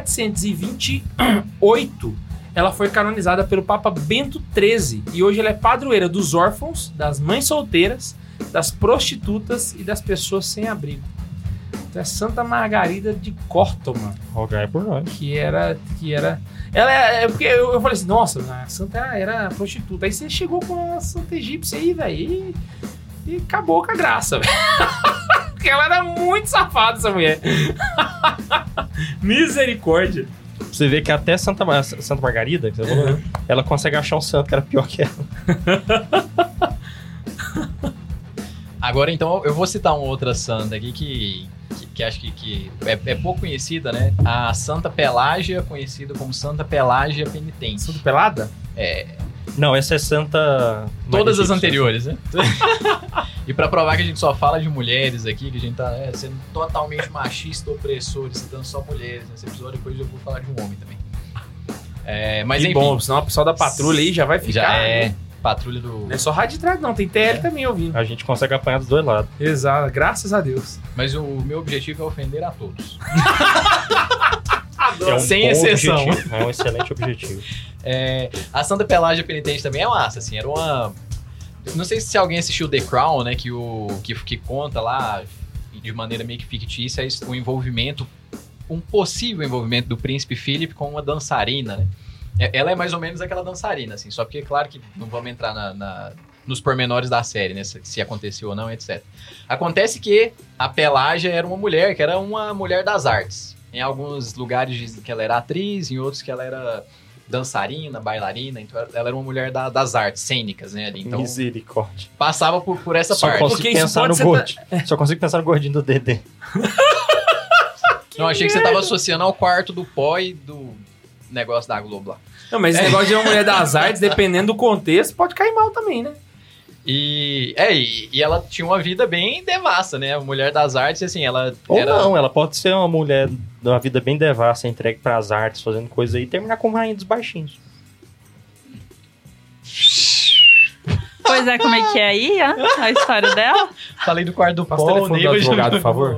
1728 ela foi canonizada pelo Papa Bento XIII, e hoje ela é padroeira dos órfãos, das mães solteiras, das prostitutas e das pessoas sem abrigo. Então é Santa Margarida de Córtoma, Rogai por nós. que era ela é porque eu falei assim, nossa, a Santa era prostituta. Aí você chegou com a Santa Egípcia aí, velho, e acabou com a graça, velho. Porque ela era muito safada, essa mulher. Misericórdia. Você vê que até Santa Margarida, que você falou, né? Ela consegue achar um santo que era pior que ela. Agora, então, eu vou citar uma outra santa aqui que acho que é pouco conhecida, né? A Santa Pelágia, conhecida como Santa Pelágia Penitente. Santa Pelada? Não, essa é Santa... Todas Maria as Egípcia. anteriores, né? E pra provar que a gente só fala de mulheres aqui, que a gente tá sendo totalmente machista, opressor, citando só mulheres nesse episódio, depois eu vou falar de um homem também. Mas Que enfim, bom, senão o pessoal da patrulha aí já vai ficar. patrulha do... Não é só rádio de trás, não. Tem TL também ouvindo. A gente consegue apanhar dos dois lados. Exato, graças a Deus. Mas o meu objetivo é ofender a todos. É um Sem bom exceção. objetivo. É um excelente objetivo. A Santa Pelágia Penitente também é massa, assim, era uma... Não sei se alguém assistiu The Crown, né, que conta lá, de maneira meio que fictícia, o envolvimento, um possível envolvimento do príncipe Philip com uma dançarina, né? Ela é mais ou menos aquela dançarina, assim, só porque, claro que não vamos entrar nos pormenores da série, né, se aconteceu ou não, etc. Acontece que a Pelágia era uma mulher, que era uma mulher das artes. Em alguns lugares dizem que ela era atriz, em outros que ela era dançarina, bailarina, então ela era uma mulher das artes cênicas, né, ali. Então, Misericórdia. passava por essa Só parte. consigo, Porque isso pensar pode no ser Só consigo pensar no gordinho do Dedê. Não, achei que você tava associando ao quarto do pó e do negócio da Globo lá. Não, mas esse negócio de uma mulher das artes, dependendo do contexto, pode cair mal também, né? E ela tinha uma vida bem devassa, né? A mulher das artes, assim, ela Ou era... não, ela pode ser uma mulher de uma vida bem devassa, entregue pras artes, fazendo coisa aí, e terminar como rainha dos baixinhos. Pois é, como é que é aí, a história dela? Falei do quarto do Passa o pó, telefone do advogado, por favor.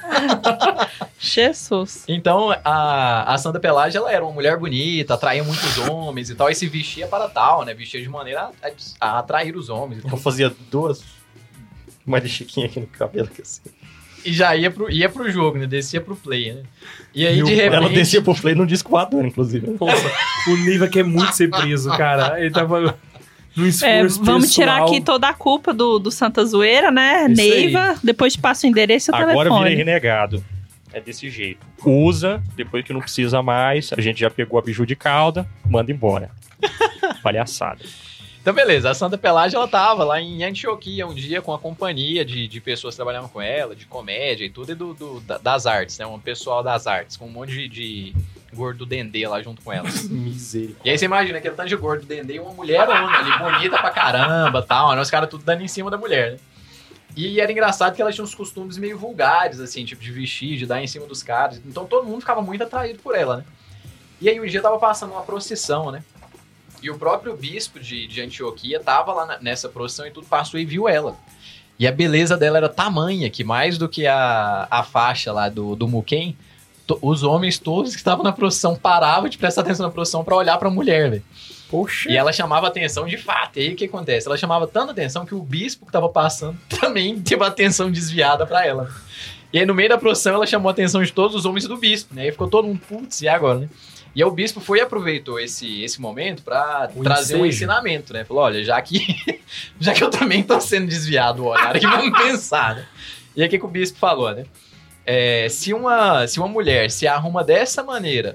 Jesus. Então, a Santa Pelágia, ela era uma mulher bonita, atraía muitos homens e tal, e se vestia para tal, né? Vestia de maneira a atrair os homens e tal. Eu fazia duas mais de chiquinha aqui no cabelo, que assim. E já ia pro jogo, né? Descia pro play, né? E aí, de repente... Ela descia pro play num disco voador, inclusive. Nossa, o Neiva quer muito ser preso, cara. Ele tava no esforço Vamos tirar pessoal. aqui toda a culpa do Santa Zoeira, né? Isso Neiva, depois passa o endereço e o Agora eu telefone. virei renegado. É desse jeito. Usa, depois que não precisa mais, a gente já pegou a biju de cauda, manda embora. Palhaçada. Então, beleza, a Santa Pelágia, ela tava lá em Antioquia um dia com a companhia de pessoas que trabalhavam com ela, de comédia e tudo, e das artes, né? Um pessoal das artes, com um monte de gordo dendê lá junto com ela. Misericórdia. E aí você imagina aquele tanto de gordo dendê e uma mulherona ali, bonita pra caramba e tal, né? Os caras tudo dando em cima da mulher, né? E era engraçado que ela tinha uns costumes meio vulgares, assim, tipo de vestir, de dar em cima dos caras. Então todo mundo ficava muito atraído por ela, né? E aí um dia tava passando uma procissão, né? E o próprio bispo de Antioquia tava lá nessa procissão e tudo, passou e viu ela. E a beleza dela era tamanha que mais do que a faixa lá do Muquem, os homens todos que estavam na procissão paravam de prestar atenção na procissão pra olhar pra mulher, velho. Poxa. E ela chamava atenção de fato. E aí o que acontece? Ela chamava tanta atenção que o bispo que tava passando também teve a atenção desviada pra ela. E aí no meio da procissão ela chamou a atenção de todos os homens do bispo, né? E ficou todo mundo, putz, e agora, né? E aí o bispo foi e aproveitou esse momento pra trazer um ensinamento, né? Falou, olha, já que eu também tô sendo desviado o olhar aqui, vamos pensar, né? E aí o que o bispo falou, né? Se uma mulher se arruma dessa maneira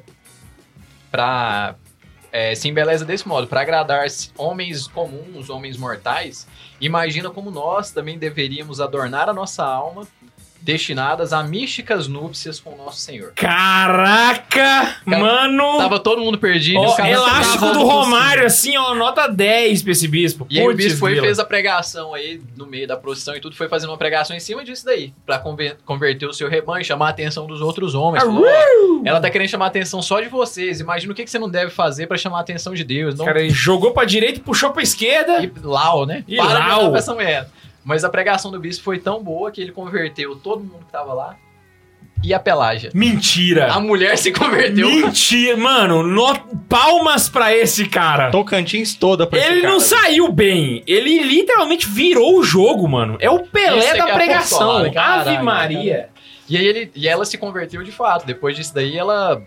pra... se embeleza desse modo, pra agradar homens comuns, homens mortais, imagina como nós também deveríamos adornar a nossa alma destinadas a místicas núpcias com o nosso Senhor. Caraca, mano! Tava todo mundo perdido. Ó, os caras elástico tentavam do não Romário, conseguir. assim, ó, nota 10 pra esse bispo. E aí o Putz, bispo foi e grila. fez a pregação aí, no meio da procissão e tudo, foi fazendo uma pregação em cima disso daí, pra converter o seu rebanho, chamar a atenção dos outros homens. Falou, ó, ela tá querendo chamar a atenção só de vocês, imagina o que você não deve fazer pra chamar a atenção de Deus. Não... Cara, ele jogou pra direita e puxou pra esquerda. E Lau, né? E Para de Lau. olhar pra essa mulher. Mas a pregação do bispo foi tão boa que ele converteu todo mundo que tava lá e a Pelágia. Mentira. A mulher se converteu. Mentira, mano. Palmas pra esse cara. Tocantins toda pra esse Ele cara. não saiu bem. Ele literalmente virou o jogo, mano. É o Pelé Esse da aqui é pregação. apostolado, caralho, Ave Maria. E ela se converteu de fato. Depois disso daí, ela...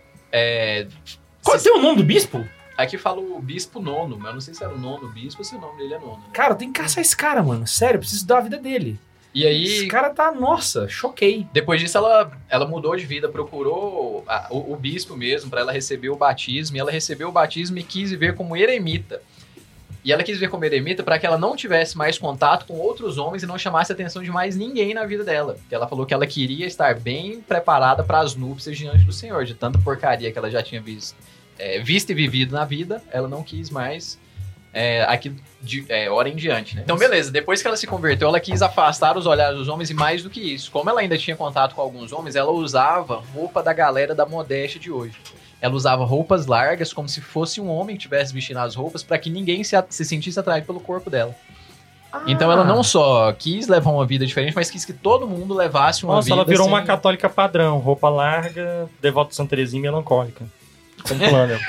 Qual é o nome do bispo? Aqui fala o bispo nono, mas eu não sei se era o nono bispo ou se o nome dele é nono. Né? Cara, tem que caçar esse cara, mano. Sério, eu preciso dar a vida dele. E aí, Esse cara tá... Nossa, choquei. depois disso, ela mudou de vida, procurou o bispo mesmo pra ela receber o batismo. E ela recebeu o batismo e quis viver como eremita. E ela quis viver como eremita para que ela não tivesse mais contato com outros homens e não chamasse a atenção de mais ninguém na vida dela. Porque ela falou que ela queria estar bem preparada para as núpcias diante do Senhor. De tanta porcaria que ela já tinha visto e vivido na vida, ela não quis mais aqui de hora em diante, né? Então, beleza. Depois que ela se converteu, ela quis afastar os olhares dos homens e mais do que isso. Como ela ainda tinha contato com alguns homens, ela usava roupa da galera da modéstia de hoje. ela usava roupas largas, como se fosse um homem que estivesse vestindo as roupas, pra que ninguém se sentisse atraído pelo corpo dela. Então ela não só quis levar uma vida diferente, mas quis que todo mundo levasse uma vida Nossa, ela virou assim. uma católica padrão. Roupa larga, devota de Santa Teresinha e melancólica. Com plano.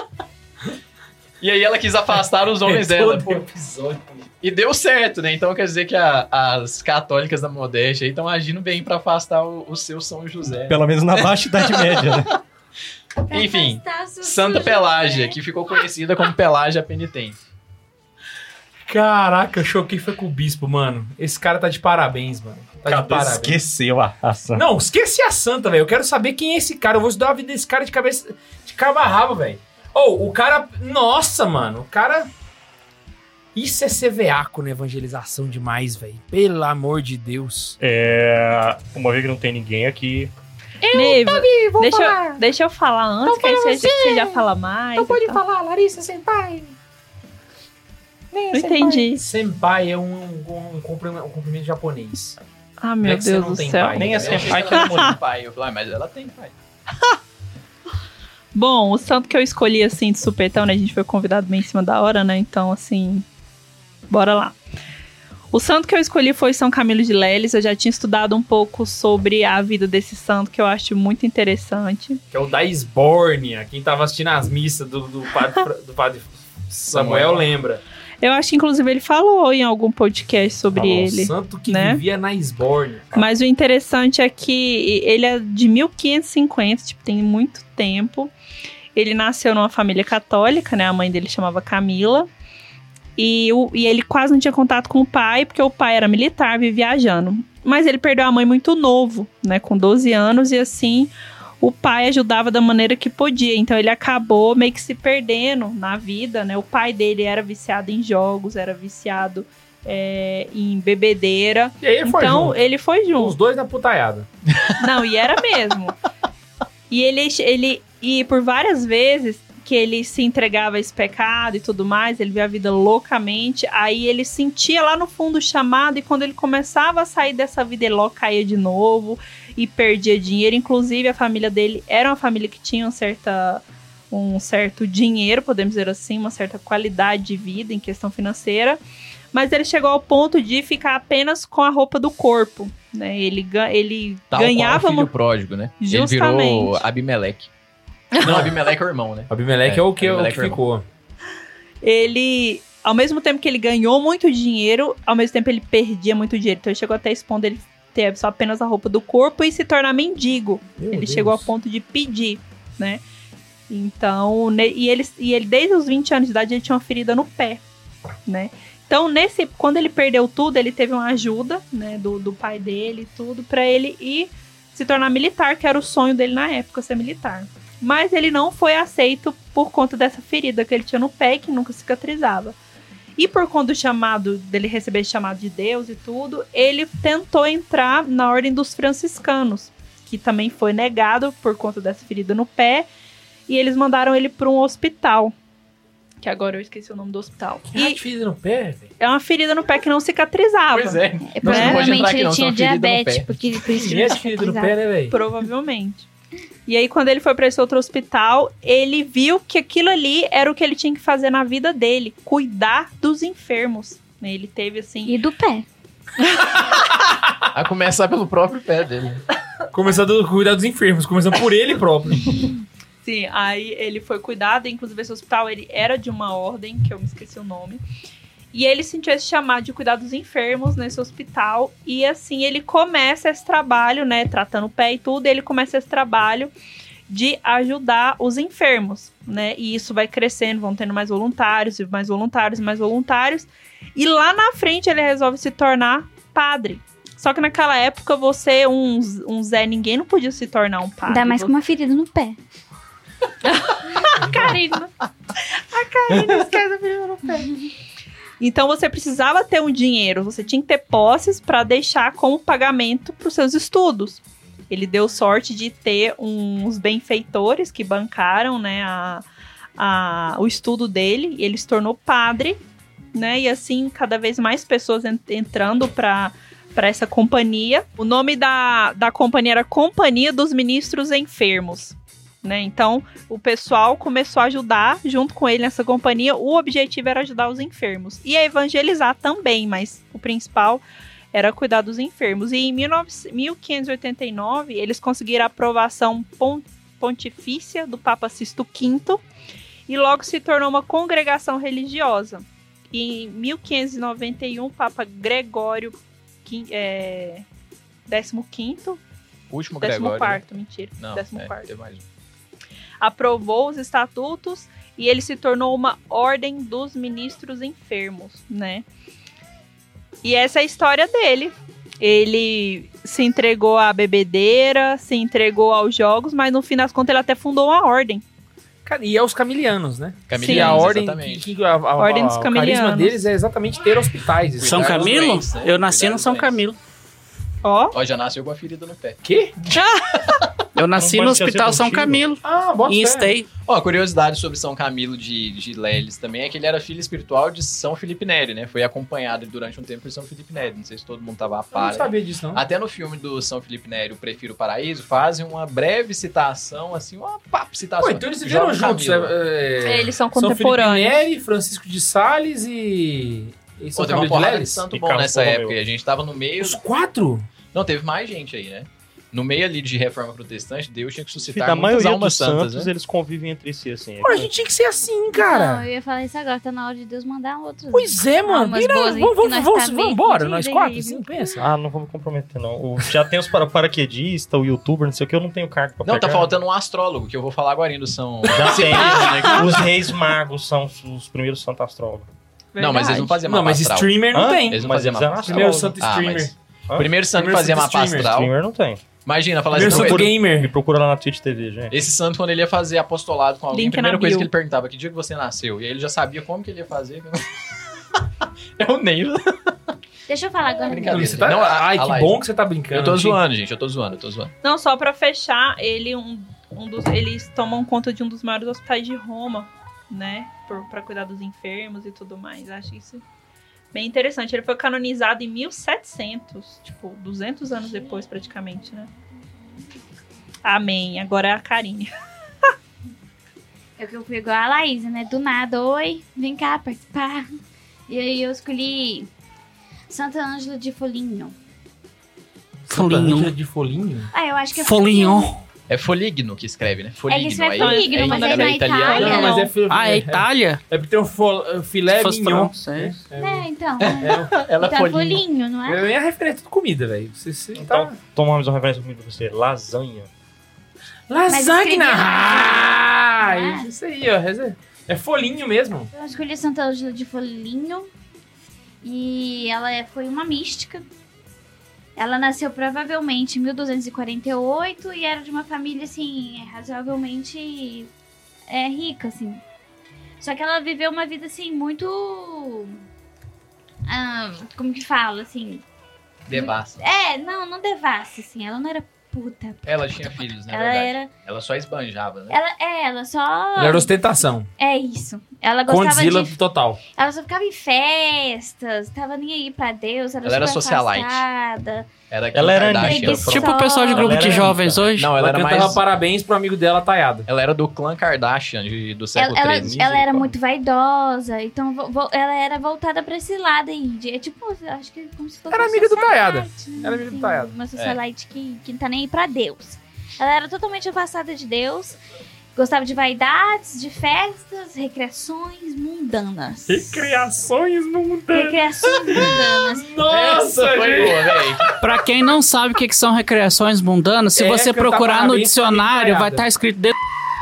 E aí ela quis afastar os homens dela. Pô. E deu certo, né? Então quer dizer que as católicas da modéstia aí estão agindo bem pra afastar o seu São José. Pelo menos na baixa idade média, né? Enfim, Santa Pelágia, que ficou conhecida como Pelágia Penitente. Caraca, eu choquei foi com o bispo, mano. Esse cara tá de parabéns, mano. Tá de parabéns. Esqueceu a Santa. Não, esqueci a Santa, velho. Eu quero saber quem é esse cara. Eu vou estudar a vida desse cara de cabeça... de cabo a rabo, velho. O cara... Nossa, mano. O cara... Isso é ser veaco na evangelização demais, velho. Pelo amor de Deus. Uma vez que não tem ninguém aqui... Neiva, Vou falar. deixa eu falar antes, que aí você já fala mais. Então pode e tal. falar, Larissa Senpai. Não entendi. Senpai é um cumprimento japonês. Ah, Não é meu que você Deus não do tem céu. pai. Nem é senpai que é namorado. Pai, eu falei, mas ela tem pai. Bom, o santo que eu escolhi, assim, de supetão, né? A gente foi convidado bem em cima da hora, né? Então, assim, bora lá. O santo que eu escolhi foi São Camilo de Leles. Eu já tinha estudado um pouco sobre a vida desse santo, que eu acho muito interessante. Que é o da Esbórnia. Quem tava assistindo as missas do padre Samuel lembra. Eu acho que, inclusive, ele falou em algum podcast sobre ele. O santo que né? vivia na Esbórnia. Mas o interessante é que ele é de 1550, tipo, tem muito tempo. Ele nasceu numa família católica, né? A mãe dele chamava Camila. E ele quase não tinha contato com o pai, porque o pai era militar, vivia viajando. Mas ele perdeu a mãe muito novo, né? Com 12 anos, e assim, o pai ajudava da maneira que podia. Então ele acabou meio que se perdendo na vida, né? O pai dele era viciado em jogos, era viciado em bebedeira. E aí ele foi então junto. ele foi junto. Os dois na putaiada. Não, e era mesmo. E por várias vezes que ele se entregava a esse pecado e tudo mais, ele via a vida loucamente, aí ele sentia lá no fundo o chamado, e quando ele começava a sair dessa vida, ele logo caía de novo e perdia dinheiro. Inclusive, a família dele era uma família que tinha um certo dinheiro, podemos dizer assim, uma certa qualidade de vida em questão financeira, mas ele chegou ao ponto de ficar apenas com a roupa do corpo, né? Ele ganhava... Qual o filho pródigo, né? Justamente. Ele virou Abimeleque. Não, Abimeleque é o irmão, né? Abimeleque é o que Abimeleque é o ficou. Ele, ao mesmo tempo que ele ganhou muito dinheiro, ao mesmo tempo ele perdia muito dinheiro. Então ele chegou até esse ponto, ele ter só apenas a roupa do corpo e se tornar mendigo. Ele chegou ao ponto de pedir, né? Então, e ele desde os 20 anos de idade, ele tinha uma ferida no pé, né? Então, quando ele perdeu tudo, ele teve uma ajuda, né, do pai dele e tudo, pra ele ir se tornar militar, que era o sonho dele na época, ser militar. Mas ele não foi aceito por conta dessa ferida que ele tinha no pé e que nunca cicatrizava. E por conta do chamado, dele receber esse chamado de Deus e tudo, ele tentou entrar na ordem dos franciscanos, que também foi negado por conta dessa ferida no pé, e eles mandaram ele para um hospital, que agora eu esqueci o nome do hospital. Que ferida no pé, velho? É uma ferida no pé que não cicatrizava. Pois é. Provavelmente ele não, tinha só ferida no diabetes, pé. porque por isso que Tinha não ferida no cicatrizava. pé, né, velho? Provavelmente. E aí, quando ele foi para esse outro hospital, ele viu que aquilo ali era o que ele tinha que fazer na vida dele, cuidar dos enfermos. Ele teve assim... E do pé. A começar pelo próprio pé dele. Começando a cuidar dos enfermos, começando por ele próprio. Sim, aí ele foi cuidado, inclusive esse hospital, ele era de uma ordem, que eu me esqueci o nome. E ele sentiu esse chamado de cuidar dos enfermos nesse hospital. E assim, ele começa esse trabalho, né, tratando o pé e tudo, ele começa esse trabalho de ajudar os enfermos, né? E isso vai crescendo, vão tendo mais voluntários, mais voluntários, mais voluntários. E lá na frente ele resolve se tornar padre. Só que naquela época você, um Zé Ninguém, não podia se tornar um padre. Ainda mais com uma ferida no pé. A Karina esquece a ferida no pé. Então você precisava ter um dinheiro, você tinha que ter posses para deixar como pagamento para os seus estudos. Ele deu sorte de ter uns benfeitores que bancaram, né, o estudo dele, e ele se tornou padre, né? E assim, cada vez mais pessoas entrando para essa companhia. O nome da companhia era Companhia dos Ministros Enfermos. né? Então, o pessoal começou a ajudar junto com ele nessa companhia. O objetivo era ajudar os enfermos e a evangelizar também, mas o principal era cuidar dos enfermos. E em 1589, eles conseguiram a aprovação pontifícia do Papa Sisto V e logo se tornou uma congregação religiosa. E em 1591, o Papa Gregório XV, Último Gregório. 14º, mentira. Não, 14º. teve mais um. Aprovou os estatutos e ele se tornou uma ordem dos ministros enfermos, né? E essa é a história dele. Ele se entregou à bebedeira, se entregou aos jogos, mas no fim das contas ele até fundou uma ordem. Cara, e é os camilianos, né? Camilianos, a ordem, exatamente. a Ordem dos o camilianos. carisma deles é exatamente ter hospitais. Cuidar São dos Camilo? doentes, né? Eu nasci Cuidar no dos São doentes. Camilo. Ó, Ó, já nasceu com a ferida no pé. Quê? Eu nasci Não no pode ter Hospital sido um São tiro? Camilo, Ah, bota em fé. Esteio. Ó, a curiosidade sobre São Camilo de Leles também é que ele era filho espiritual de São Felipe Neri, né? Foi acompanhado durante um tempo por São Felipe Neri. Não sei se todo mundo tava a Eu não par. sabia disso, não. Até no filme do São Felipe Neri, O Prefiro o Paraíso, fazem uma breve citação, assim, uma papo citação. Pô, então eles viveram João juntos. Camilo. eles são São contemporâneos. Felipe Neri, Francisco de Sales e São Pô, teve uma Camilo de porrada de Leles. santo E bom Carlos nessa Borromeu. época. E a gente tava no meio... Os 4? Não, teve mais gente aí, né? No meio ali de reforma protestante, Deus tinha que Filho, suscitar a muitas maioria almas dos santas, santos, né? eles convivem entre si, assim. Pô, a gente tinha que ser assim, Não, cara. eu ia falar isso agora, tá na hora de Deus mandar outros. Pois é, mano. Almas Vira- boas aí vamos, que vamos, nós vamos, tá vamos bem embora, fudido nós aí, 4, viu? assim, pensa. Ah, não vou me comprometer, não. Já tem os paraquedistas, o youtuber, não sei o que, eu não tenho cargo pra Não, tá pegar. faltando um astrólogo, que eu vou falar agora do São... Já tem. né? Os reis magos são os primeiros santos astrólogos. Não, mas eles não faziam mapa Não, mas astral. streamer não Hã? tem. Eles não Mas faziam eles mapa eram astral. Primeiro astrólogos. santo streamer. mas primeiro santo que Primeiro fazia santo mapa streamer. astral. Streamer não tem. Imagina, falar Primeiro assim, santo "Não, Me gamer. procura lá na Twitch TV, gente. esse santo, quando ele ia fazer apostolado com alguém, a Link na primeira coisa bio. que ele perguntava, que dia que você nasceu? E aí ele já sabia como que ele ia fazer. Eu nem... Deixa eu falar agora. Brincadeira. Você tá- Não, Ai, que live. bom que você tá brincando. Eu tô gente. zoando, gente, eu tô zoando. Não, só pra fechar, ele eles tomam conta de um dos maiores hospitais de Roma, né? Pra cuidar dos enfermos e tudo mais. Acho isso bem interessante. Ele foi canonizado em 1700, tipo, 200 anos depois, praticamente, né? Amém. Agora é a Karine. É que eu fui igual a Laísa, né? Do nada, oi, vem cá participar. E aí eu escolhi Santa Ângela de Foligno. Folinho. De folinho? Ah, eu acho que é Foligno. É Foligno que escreve, né? É que Foligno. escreve aí- Foligno, aí mas é é na italiano. Itália. Não, mas é Ah, é Itália? É porque tem um filé Se fosse mignon. francês. É, então. Ela Então é é Foligno. Foligno, não é? Eu nem a referência de comida, velho. Você Então, tá... tomamos uma referência comigo pra você. Lasanha. Lasanha! Ah, Ah. isso aí, ó. É folhinho mesmo. Eu escolhi Santa Ângela de Foligno. E ela foi uma mística. Ela nasceu provavelmente em 1248 e era de uma família, assim, razoavelmente rica, assim. Só que ela viveu uma vida, assim, muito... como que fala, assim... Devassa. Não devassa, assim. Ela não era puta. Ela tinha filhos, na Ela verdade. era... Ela só esbanjava, né? Ela só... Ela era ostentação. É isso. Ela gostava Condzilla de... total. Ela só ficava em festas, tava nem aí pra Deus, Ela era super socialite. afastada. Ela era Kardashian. preguiçosa. Tipo o pessoal de grupo Ela de era jovens rica. hoje. Não, ela Ela era cantava mais... parabéns pro amigo dela, Taiada. Ela era do clã Kardashian do século Ela XIII. era muito vaidosa, então ela era voltada pra esse lado aí. É tipo, acho que como se fosse Era uma amiga do socialite, Taiada. né? Era amiga do Assim, Taiada. Uma socialite que não tá nem aí pra Deus. Ela era totalmente afastada de Deus, gostava de vaidades, de festas, recreações mundanas. Recreações mundanas. Recreações mundanas. Nossa, Essa foi gente. boa, velho. Pra quem não sabe o que são recreações mundanas, se É, você cantar procurar no parabéns pra dicionário, amiga vai Taiada. estar escrito dentro.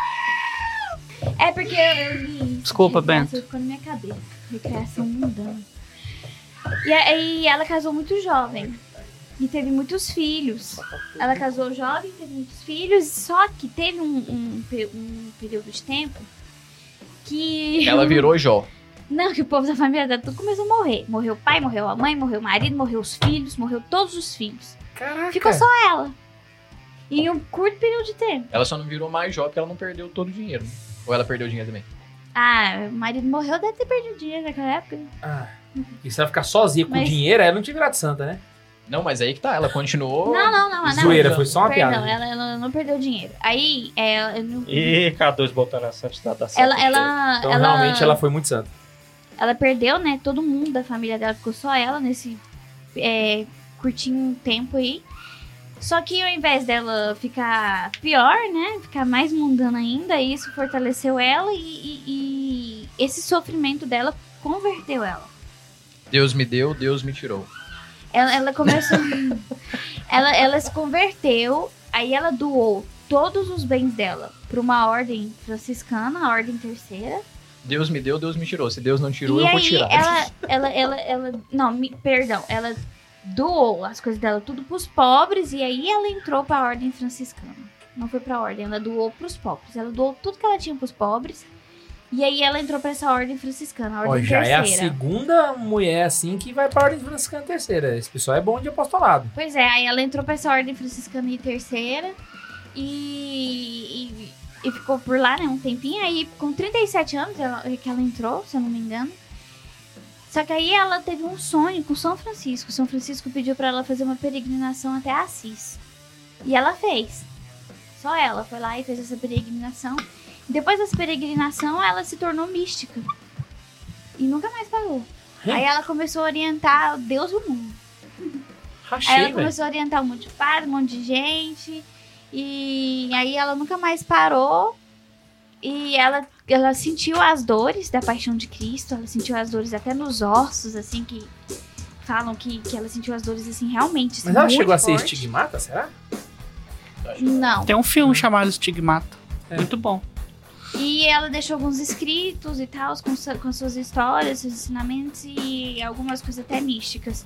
É porque eu li. Desculpa, Bento. Isso ficou na minha cabeça. Recreação mundana. E aí ela casou muito jovem. E teve muitos filhos. Ela casou jovem, teve muitos filhos. Só que teve um período de tempo que... Ela virou Jó. Não, que o povo da família dela tudo começou a morrer. Morreu o pai, morreu a mãe, morreu o marido, morreu os filhos, morreu todos os filhos. Caraca. Ficou só ela. Em um curto período de tempo. Ela só não virou mais Jó porque ela não perdeu todo o dinheiro. Né? Ou ela perdeu o dinheiro também? Ah, o marido morreu, deve ter perdido dinheiro naquela época. Ah, e se ela ficar sozinha com Mas- dinheiro, ela não tinha virado santa, né? Não, mas aí que tá, ela continuou... Não. Zoeira, foi só uma Perdão, piada. ela não perdeu dinheiro. Aí, E K2 botando a santidade da santa. Então, realmente, ela foi muito santa. ela perdeu, né? Todo mundo da família dela, ficou só ela nesse curtinho tempo aí. Só que ao invés dela ficar pior, né? Ficar mais mundana ainda, isso fortaleceu ela e esse sofrimento dela converteu ela. Deus me deu, Deus me tirou. Ela começou. ela se converteu, aí ela doou todos os bens dela para uma ordem franciscana, a ordem terceira. Deus me deu, Deus me tirou. Se Deus não tirou, E eu vou aí tirar. ela doou as coisas dela tudo pros pobres e aí ela entrou pra ordem franciscana. Não foi pra ordem, ela doou pros pobres. Ela doou tudo que ela tinha pros pobres. E aí ela entrou pra essa ordem franciscana, a ordem Já terceira. é a segunda mulher assim que vai pra ordem franciscana terceira. Esse pessoal é bom de apostolado. Pois é, aí ela entrou pra essa ordem franciscana e terceira e ficou por lá, né, um tempinho. Aí com 37 anos que ela entrou, se eu não me engano. Só que aí ela teve um sonho com São Francisco. São Francisco pediu pra ela fazer uma peregrinação até Assis. E ela fez. Só ela foi lá e fez essa peregrinação. Depois dessa peregrinação, ela se tornou mística. E nunca mais parou. Aí ela começou a orientar Deus do mundo. Aí Rachei, ela velho. começou a orientar um monte de padre, um monte de gente. E aí ela nunca mais parou. E ela sentiu as dores da paixão de Cristo. Ela sentiu as dores até nos ossos, assim, que falam que ela sentiu as dores, assim, realmente. Assim, Mas ela muito chegou a ser forte. estigmata, será? Não. Tem um filme chamado Estigmata. Muito bom. E ela deixou alguns escritos e tal, com suas histórias, seus ensinamentos e algumas coisas até místicas.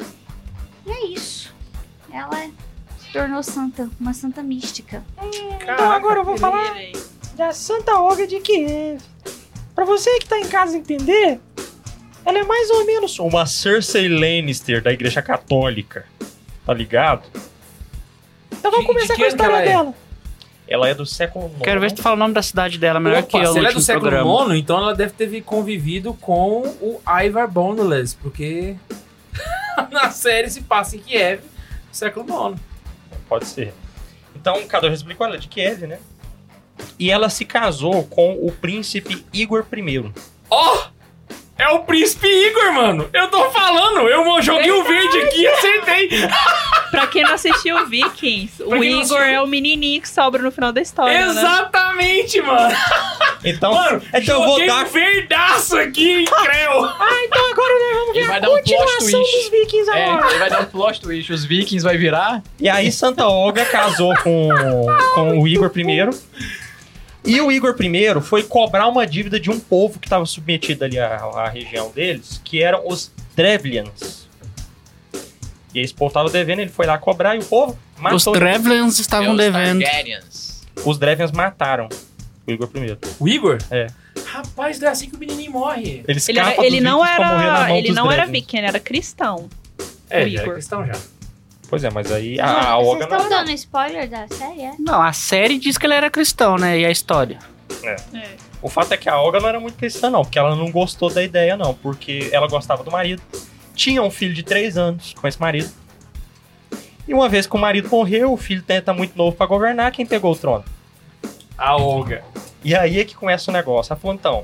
E é isso. Ela se tornou santa, uma santa mística. Então agora eu vou falar da Santa Olga de Kiev. Pra você que tá em casa entender, ela é mais ou menos Uma Cersei Lannister da Igreja Católica. Tá ligado? Então vamos De começar que com a ano que ela história é? dela. Ela é do século IX. Quero ver se tu fala o nome da cidade dela melhor que eu se no ela é do último século programa. IX, então ela deve ter convivido com o Ivar Boneless, porque na série se passa em Kiev, no século IX. Pode ser. Então, cada um explicou ela é de Kiev, né? E ela se casou com o príncipe Igor I. Ó! É o Príncipe Igor, mano! Eu tô falando! Eu joguei o verde aqui e acertei! Pra quem não assistiu Vikings, o quem não Igor assistiu- é o menininho que sobra no final da história, né? Exatamente, mano! Então, Mano, então eu vou joguei dar... um verdaço aqui, creu! Então agora nós vamos ver Ele vai a dar um plot continuação dos twist. Vikings agora. Ele vai dar um plot twist. Os vikings vai virar. E aí Santa Olga casou com o Igor I. E o Igor I foi cobrar uma dívida de um povo que estava submetido ali à região deles, que eram os Drevlians. E esse povo estava devendo, ele foi lá cobrar e o povo Os matou. Drevlians estavam Os devendo. Targaryens. Os Drevlians mataram o Igor I. O Igor? É. Rapaz, não é assim que o menininho morre. Ele Ele, escapa ele dos não vikings pra morrer na era, mão ele dos não era Drevlians. viking, ele era cristão. É, O já é Igor. questão já. Pois é, mas aí Vocês a Olga estão não... dando spoiler da série, é? Não, a série diz que ele era cristão, né? E a história. O fato é que a Olga não era muito cristã, não, porque ela não gostou da ideia, não, porque ela gostava do marido, tinha um filho de 3 anos com esse marido, e uma vez que o marido morreu, o filho tá muito novo pra governar, quem pegou o trono? A Olga. E aí é que começa o negócio. Ela falou, então,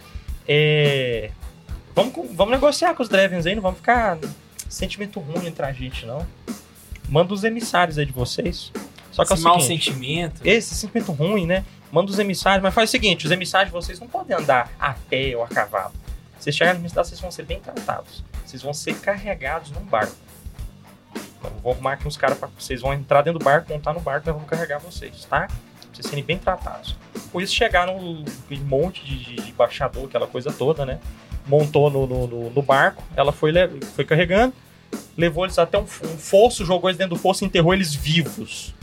vamos negociar com os Drevens aí, não vamos ficar sentimento ruim entre a gente, não. Manda os emissários aí de vocês. Só que é o Esse mau seguinte, sentimento. esse sentimento ruim, né? Manda os emissários, mas faz o seguinte, os emissários de vocês não podem andar a pé ou a cavalo. Vocês chegarem na minha cidade, vocês vão ser bem tratados. Vocês vão ser carregados num barco. Eu vou arrumar aqui uns caras pra... Vocês vão entrar dentro do barco, montar no barco, nós vamos carregar vocês, tá? Pra vocês serem bem tratados. Com isso chegaram um monte de embaixador, aquela coisa toda, né? Montou no barco, ela foi carregando, levou eles até um fosso, jogou eles dentro do fosso e enterrou eles vivos.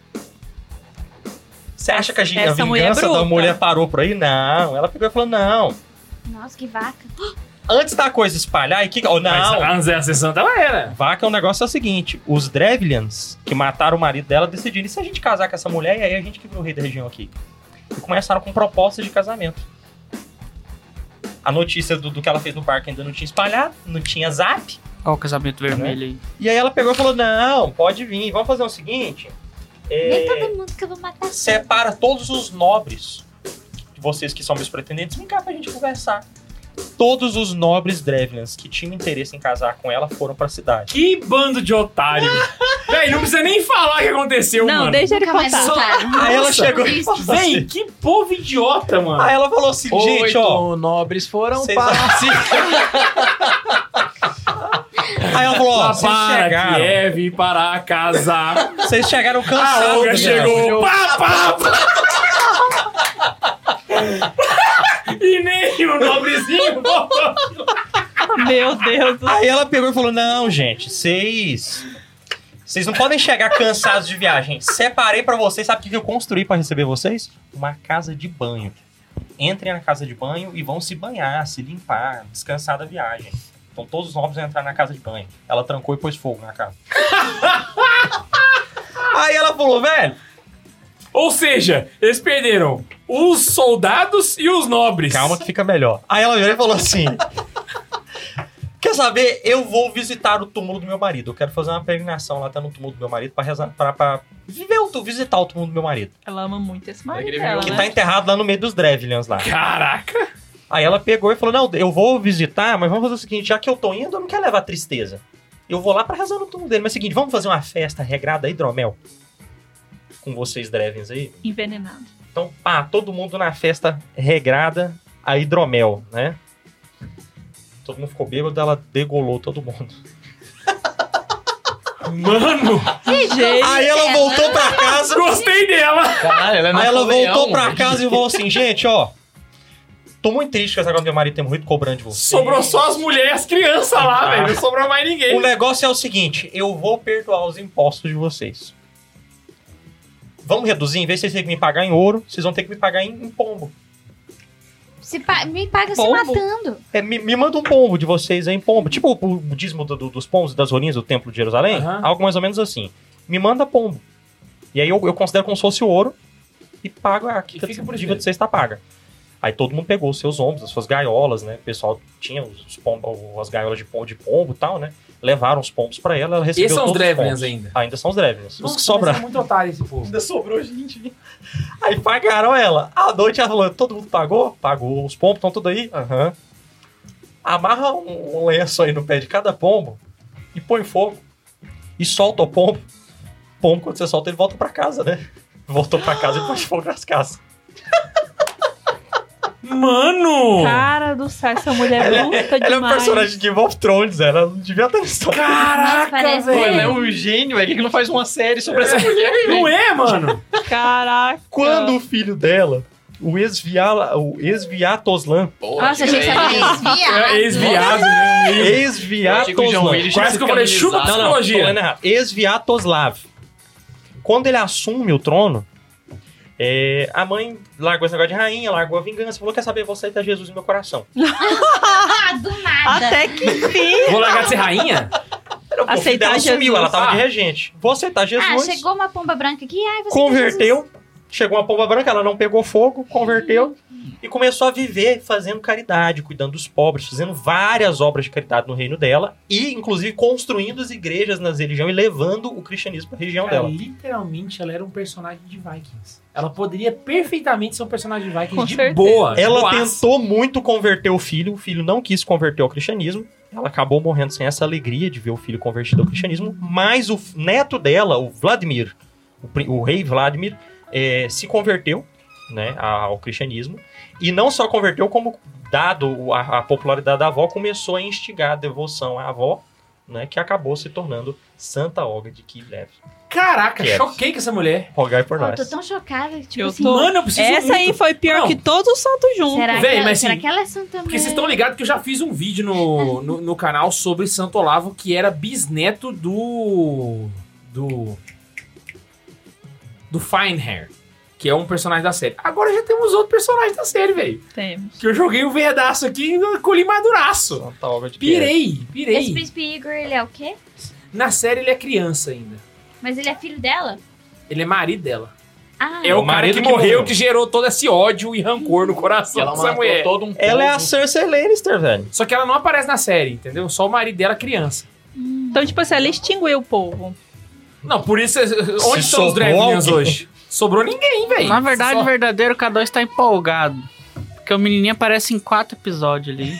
Você acha que a Essa mulher vingança da bruta. mulher parou por aí? Não. Ela pegou e falou, não. Nossa, que vaca. Antes da coisa espalhar, Mas não. a Anzé Sessanta ela era. Vaca, o negócio é o seguinte. Os Drevlians, que mataram o marido dela, decidiram, e se a gente casar com essa mulher, e aí a gente que virou o rei da região aqui? E começaram com propostas de casamento. A notícia do que ela fez no barco ainda não tinha espalhado, não tinha zap. Ó, o casamento vermelho aí. E aí ela pegou e falou, não, pode vir, vamos fazer o seguinte. Vem todo mundo que eu vou matar. Separa todos os nobres, vocês que são meus pretendentes, vem cá pra gente conversar. Todos os nobres Drevlians que tinham interesse em casar com ela foram pra cidade. Que bando de otário. Véi, não precisa nem falar o que aconteceu, Não, mano. deixa ele Nunca mais contar. voltaram. Aí ela Nossa, chegou e falou Véi, assim. que povo idiota, mano. Aí ela falou assim, gente, ó. 8 nobres foram Vocês- para... Aí ela falou, ó, Lá vocês para chegaram. Kiev para casar. Vocês chegaram A cansados. Olga né? chegou. Pá. E nem o nobrezinho voltou. Meu Deus do céu. Aí ela pegou e falou, não, gente, vocês não podem chegar cansados de viagem. Separei pra vocês, sabe o que eu construí pra receber vocês? Uma casa de banho. Entrem na casa de banho e vão se banhar, se limpar, descansar da viagem. Então todos os nobres vão entrar na casa de banho. Ela trancou e pôs fogo na casa. Aí ela falou, velho, Ou seja, eles perderam os soldados e os nobres. calma que fica melhor. Aí ela virou e falou assim, quer saber, eu vou visitar o túmulo do meu marido. Eu quero fazer uma peregrinação lá até no túmulo do meu marido pra rezar, pra visitar o túmulo do meu marido. Ela ama muito esse marido queria dela, ver Que né? tá enterrado lá no meio dos Drevlians lá. Caraca. Aí ela pegou e falou, não, eu vou visitar, mas vamos fazer o seguinte, já que eu tô indo, eu não quero levar tristeza. Eu vou lá pra rezar no túmulo dele. Mas é o seguinte, vamos fazer uma festa regrada a hidromel? Com vocês Drevlians aí? Envenenado. Então, pá, todo mundo na festa regrada a hidromel, né? Todo mundo ficou bêbado, ela degolou todo mundo. Mano, Gente, Aí ela voltou pra casa. gostei dela. Caralho, ela é Aí ela Napoleão, voltou pra mano. casa e falou assim, gente, ó. Tô muito triste com essa coisa do meu marido ter morrido cobrando de você. Sobrou só as mulheres e as crianças lá, velho. Não sobrou mais ninguém. O negócio é o seguinte, eu vou perdoar os impostos de vocês. Vamos reduzir, em vez de vocês terem que me pagar em ouro, vocês vão ter que me pagar em pombo. Me paga se Pombo? matando. Me manda um pombo de vocês aí em pombo. Tipo o dízimo dos pombos e das rolinhas do Templo de Jerusalém. Aham. Algo mais ou menos assim. Me manda pombo. E aí eu considero como se fosse ouro e pago a fica por dívida isso de vocês está paga. Aí todo mundo pegou os seus ombros, as suas gaiolas, né? O pessoal tinha os pombos, as gaiolas de pombo e tal, né? Levaram os pombos pra ela recebeu Esses são os todos Drevlians pombos. ainda. Ainda são os Drevlians. Os Nossa, que sobraram. mas é muito otário esse povo. Ainda sobrou gente. Aí pagaram ela. À noite ela falou, todo mundo pagou? Pagou. Os pombos estão tudo aí? Aham. Amarra um lenço aí no pé de cada pombo e põe fogo. E solta o pombo. Pombo, quando você solta, ele volta pra casa, né? Voltou pra casa e pôs fogo nas casas. Mano! cara do céu, essa mulher Ela é bruta Ela é um demais. personagem de Game of Thrones, ela não devia estar nessa história. Caraca, Parece Pô, ela é velho! um gênio, velho. Por que não faz uma série sobre essa mulher, Não velho? é, mano? Caraca. Quando o filho dela, o Ex-Viatoslan, Nossa, achei que você ia desviar. É ex-viado, né? Ex-Viatoslan. Quase que eu falei, chupa Não, tô psicologia. lendo errado. Ex-Viatoslav. Quando ele assume o trono, a mãe largou esse negócio de rainha, largou a vingança, falou, quer saber, vou aceitar Jesus no meu coração. Ah, do nada. Até que enfim. Vou largar de ser rainha? O filho dela Aceitar assumiu, Jesus. ela tava Ah. de regente. Vou aceitar Jesus. Chegou uma pomba branca aqui. Ai, você Converteu, chegou uma pomba branca, ela não pegou fogo, converteu e começou a viver fazendo caridade, cuidando dos pobres, fazendo várias obras de caridade no reino dela e, inclusive, construindo as igrejas nas religiões e levando o cristianismo pra região Cara, dela. literalmente, ela era um personagem de Vikings. Ela poderia perfeitamente ser um personagem de Vikings Com de certeza. boa. de Ela boaça. tentou muito converter o filho não quis converter ao cristianismo. Ela acabou morrendo sem essa alegria de ver o filho convertido ao cristianismo, mas o neto dela, o Vladimir, o rei Vladimir, se converteu, né, ao cristianismo, e não só converteu, como, dado a popularidade da avó, começou a instigar a devoção à avó, né, que acabou se tornando Santa Olga de Kiev. Caraca, Quieto. choquei com essa mulher. Rogai por Eu nós. tô tão chocada. Tipo Eu assim, tô. Mano, eu preciso Essa aí muito. foi pior Não. que todos os santos juntos. será, Véi, que, mas será assim, que ela é santa Porque vocês estão ligados que eu já fiz um vídeo no canal sobre Santo Olavo, que era bisneto do Finehair, que é um personagem da série. Agora já temos outro personagem da série, velho. Temos. Que eu joguei um verdaço aqui e colhi maduraço. Santa Olga de Kiev. Pirei, Esse pirei. príncipe Igor, ele é o quê? Na série ele é criança ainda. Mas ele é filho dela? Ele é marido dela. Ah, É o cara marido que que morreu, morreu. que gerou todo esse ódio e rancor no E coração ela dessa matou mulher. todo um Ela é a povo. Cersei Lannister, velho. Só que ela não aparece na série, entendeu? Só o marido dela criança. Então, tipo assim, ela extinguiu o povo. Não, por isso... Onde Se estão os sobrou Dragon's alguém. hoje? Sobrou ninguém, velho. Na verdade, Só- o verdadeiro K2 tá empolgado. Porque o menininho aparece em 4 episódios ali.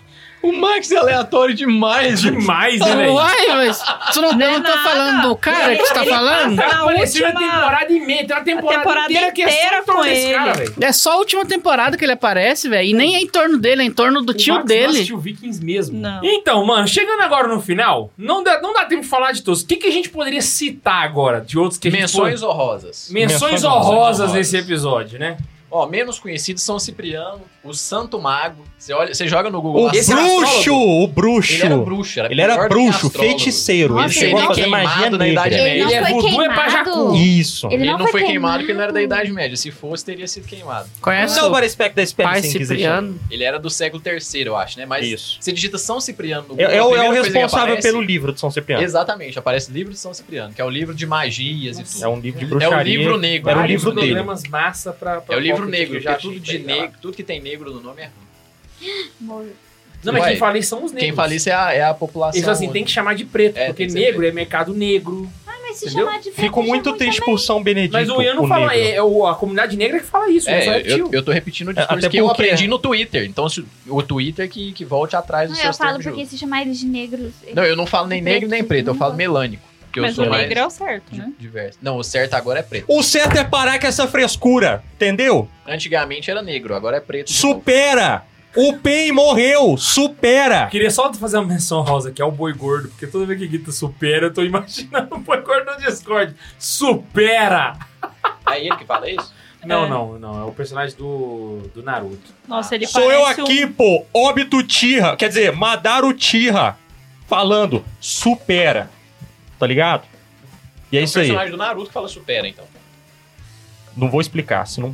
O Max é aleatório demais, gente. Demais, né, velho? Uai, mas eu não tô nada. falando do cara que você tá falando? Cara, Na apareceu última- na temporada e meia. Tem uma temporada inteira que é só inteira em torno com desse ele. cara, velho. É só a última temporada que ele aparece, velho. E nem é em torno dele, é em torno do O tio Max não dele. assistiu Vikings mesmo. Não. Então, mano, chegando agora no final, não dá tempo de falar de todos. O que a gente poderia citar agora de outros que a gente Menções honrosas. Menções Menções honrosas honrosas. nesse episódio, né? Ó, menos conhecidos são Cipriano, o Santo Mago. Você joga no Google O lá. Esse era bruxo! O bruxo! Ele era bruxo. Ele era pior do que bruxo, astrólogo. feiticeiro. Nossa, Ele chegou ele a fazer queimado magia na Idade negra. Média. Ele Ele é não foi voodoo, é pra queimado. Jacu. Isso. Ele Ele não não foi foi queimado porque ele não era da queimado. Idade Média. Se fosse, teria sido queimado. Conhece Não, o para respect da pai Spanish Inquisition. Cipriano? Ele era do século III, eu acho, né? Mas Isso. você digita São Cipriano no Google, É a o primeira coisa que responsável aparece- pelo livro de São Cipriano. Exatamente, aparece livro de São Cipriano, que é o livro de magias e tudo. É um livro de bruxaria. livro negro. Era o Vários livro dele. programas massa pra É o livro qualquer negro, que eu porque já tudo achei de pra lá. negro, tudo que tem negro no nome é ruim. Não, mas Ué, quem fala isso são os negros. Quem fala isso é a população. Eles falam assim, tem que chamar de preto, É, porque tem que ser negro preto. é mercado negro. Mas se Entendeu? chamar de preto, Fico já muito ruim triste também. por São Benedito. Mas o Ian não o fala, negro. a comunidade negra que fala isso, né? Só repetiu. Eu tô repetindo o discurso Até que eu porque- aprendi no Twitter. Então, o Twitter que volte atrás dos Não, eu seus falo termos de porque uso. se chamar eles de negros... Não, eu não falo nem negro nem preto, eu falo melânico. Porque eu Mas sou o mais negro é o certo, né? diverso. Não, o certo agora é preto. O certo é parar com essa frescura, entendeu? Antigamente era negro, agora é preto. de Supera! O Pen morreu! Supera! Queria só fazer uma menção rosa, que é o Boi Gordo, porque toda vez que grita supera, eu tô imaginando o Boi Gordo no Discord. Supera! novo. É ele que fala isso? Não, É. não, é o personagem do Naruto. Nossa, ele Sou eu parece aqui, pô! Obito Uchiha, quer dizer, Madara Uchiha, falando, supera. Tá ligado? E é o isso aí. personagem do Naruto que fala supera, então. Não vou explicar, senão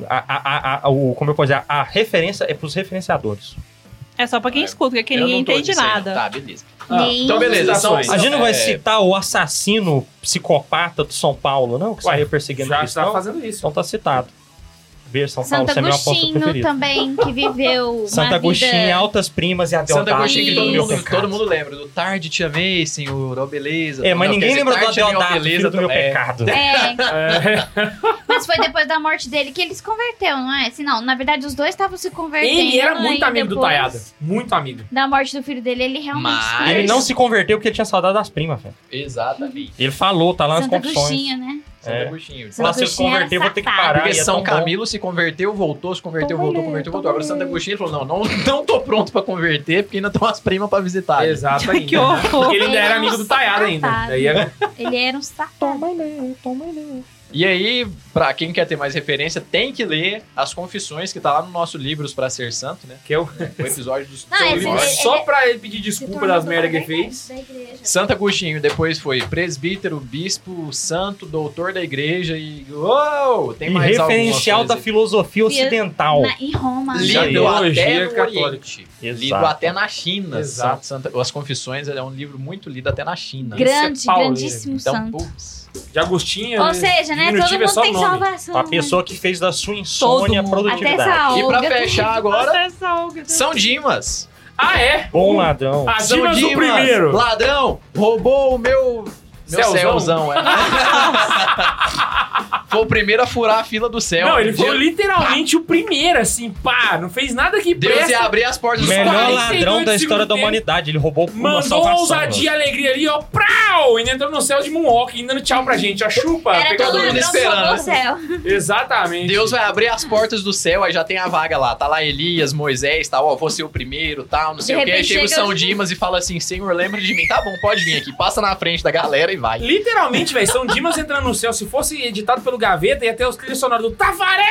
como eu posso dizer, a referência é pros referenciadores. É só pra quem escuta, porque Eu ninguém não tô entende dizendo. nada. Tá, beleza. Nem Então, beleza. citações. A gente não vai é, citar o assassino psicopata do São Paulo, não? Que Ué, saía perseguindo Já cristão? está fazendo isso. Então tá citado. Ver São Paulo, Santa você é meu apóstolo Agostinho preferido. também, que viveu Santa uma Agostinho, vida... altas primas e Santa Adeodato. Agostinho que Isso. todo mundo lembra. Do Tarde Te Amei, Senhor, ó beleza. É, mas Não, ninguém quer dizer, lembra do Tarde Te Amei, ó Adeodato, filho do meu é. pecado. É, É. mas foi depois da morte dele que ele se converteu, não é? Assim, não, na verdade os dois estavam se convertendo. Ele era e muito amigo do depois Tayada. Muito amigo. Da morte do filho dele, ele realmente Mas- se Ele converteu. não se converteu porque ele tinha saudade das primas, velho. Exatamente. Ele falou, tá lá nas Santa confissões. Agostinho, né? Santa É. Agostinho. Santa Lá, se eu se Agostinho era converter, eu vou ter que safado. parar. Porque e é São tão bom. Camilo se converteu, voltou, se converteu, voltou, converteu, voltou. Agora Santa Agostinho ele falou: não tô pronto pra converter, porque ainda estão as primas pra visitar. Exatamente. Que horror. Porque ele ainda era Ele amigo do Tayada ainda. safado. Daí é- Ele era um safado. Toma ele. E aí, pra quem quer ter mais referência, tem que ler as confissões que tá lá no nosso Livros pra Ser Santo, né? que é o... O episódio dos Não, São esse- Livros. ele- Só pra ele pedir Se desculpa tornou das merdas que ele verdade fez. da igreja. Santo Agostinho, depois foi presbítero, bispo, santo, doutor da igreja e. Uou! Tem E mais referencial algumas da coisas. filosofia ocidental. Em Roma. Isso aí. Lido até Teologia no católica. Oriente. Exato. Lido até na China. Exato. As Confissões é um livro muito lido até na China. Grande, Isso é pauleiro. grandíssimo Então, santo. putz. De Agostinho. Ou seja, né? Todo diminutivo é mundo só o tem nome. salvação. A pessoa que fez da sua insônia Todo mundo. Até produtividade. essa E pra Olga. fechar agora, Até essa Olga. São Dimas. Ah, é? Bom ladrão. Ah, São Dimas do Dimas, primeiro. ladrão, roubou o meu Céuzão. céuzão. É. Foi o primeiro a furar a fila do céu. Não, ele foi Deus- literalmente o primeiro, assim, pá. Não fez nada que Deus presta. ia abrir as portas do Melhor 42 ladrão da história da segundo humanidade. Ele roubou uma Mandou salvação. ousadia e alegria ali, ó. Prau! E entrou no céu de Moonwalk, e dando tchau pra gente. Ó, chupa. Era pegador. todo mundo mundo esperando, esperando. O céu. Exatamente. Deus vai abrir as portas do céu, aí já tem a vaga lá. Tá lá Elias, Moisés, tal, ó, vou ser o primeiro, tal, não sei De o que. Aí repente chega o chega São o- Dimas e fala assim: Senhor, lembra de mim. Tá bom, pode vir aqui. Passa na frente da galera e vai. Literalmente, velho, São Dimas entrando no céu. Se fosse editado pelo Gaveta, ia ter os trilhos sonoros do Tafarel!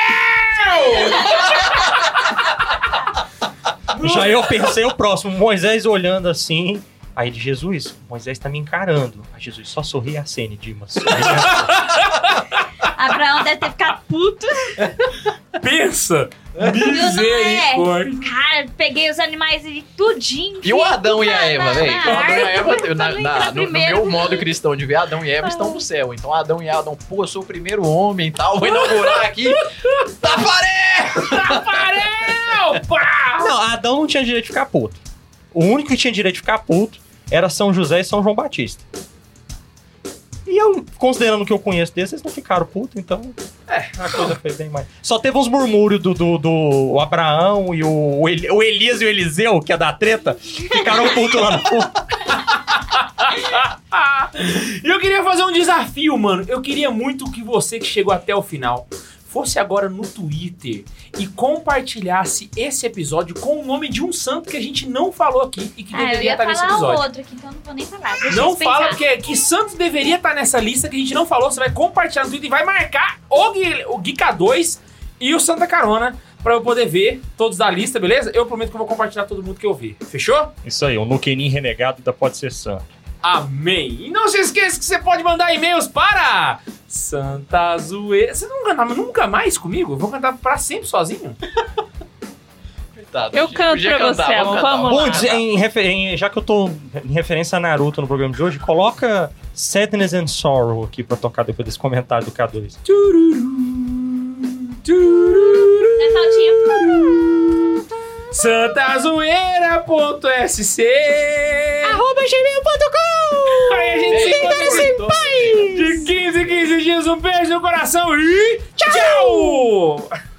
Já eu pensei o próximo. Moisés olhando assim. Aí de Jesus, Moisés tá me encarando. Aí Jesus só sorri e acene, Dimas. Abraão deve ter ficado puto. Pensa! Misericórdia. Cara, peguei os animais ali tudinho. E o Adão e a Eva, velho? O Adão e a Eva, no primeiro. meu modo cristão de ver, Adão e Eva estão no céu. Então Adão e Adão, pô, eu sou o primeiro homem e tal, vou inaugurar aqui. Tafarel! Pá! Não, Adão não tinha direito de ficar puto. O único que tinha direito de ficar puto era São José e São João Batista. E eu, considerando que eu conheço desses, eles não ficaram putos, então... a coisa foi bem mais... Só teve uns murmúrios do Abraão e o Elias e o Eliseu, que é da treta, ficaram putos lá no fundo. E eu queria fazer um desafio, mano. Eu queria muito que você que chegou até o final fosse agora no Twitter e compartilhasse esse episódio com o nome de um santo que a gente não falou aqui e que deveria estar nesse Eu ia falar episódio. outro aqui, então eu não vou nem falar. Deixa Não eu fala, pensar. porque que santo deveria estar nessa lista que a gente não falou. Você vai compartilhar no Twitter e vai marcar o Geeka 2 e o Santa Carona pra eu poder ver todos da lista, beleza? Eu prometo que eu vou compartilhar todo mundo que eu ver. Fechou? Isso aí, o Nukenin renegado ainda pode ser santo. Amém. E não se esqueça que você pode mandar e-mails para Santa Zoeira. Você não cantava nunca mais comigo? Eu vou cantar pra sempre sozinho? Eu canto pra você, amor. Vamos Bom, lá. já que eu tô em referência a Naruto no programa de hoje, coloca Sadness and Sorrow aqui pra tocar depois desse comentário do K2. santazoeira.sc @gmail.com. Aí a gente se encontra de 15 em 15 dias. Um beijo no coração e tchau!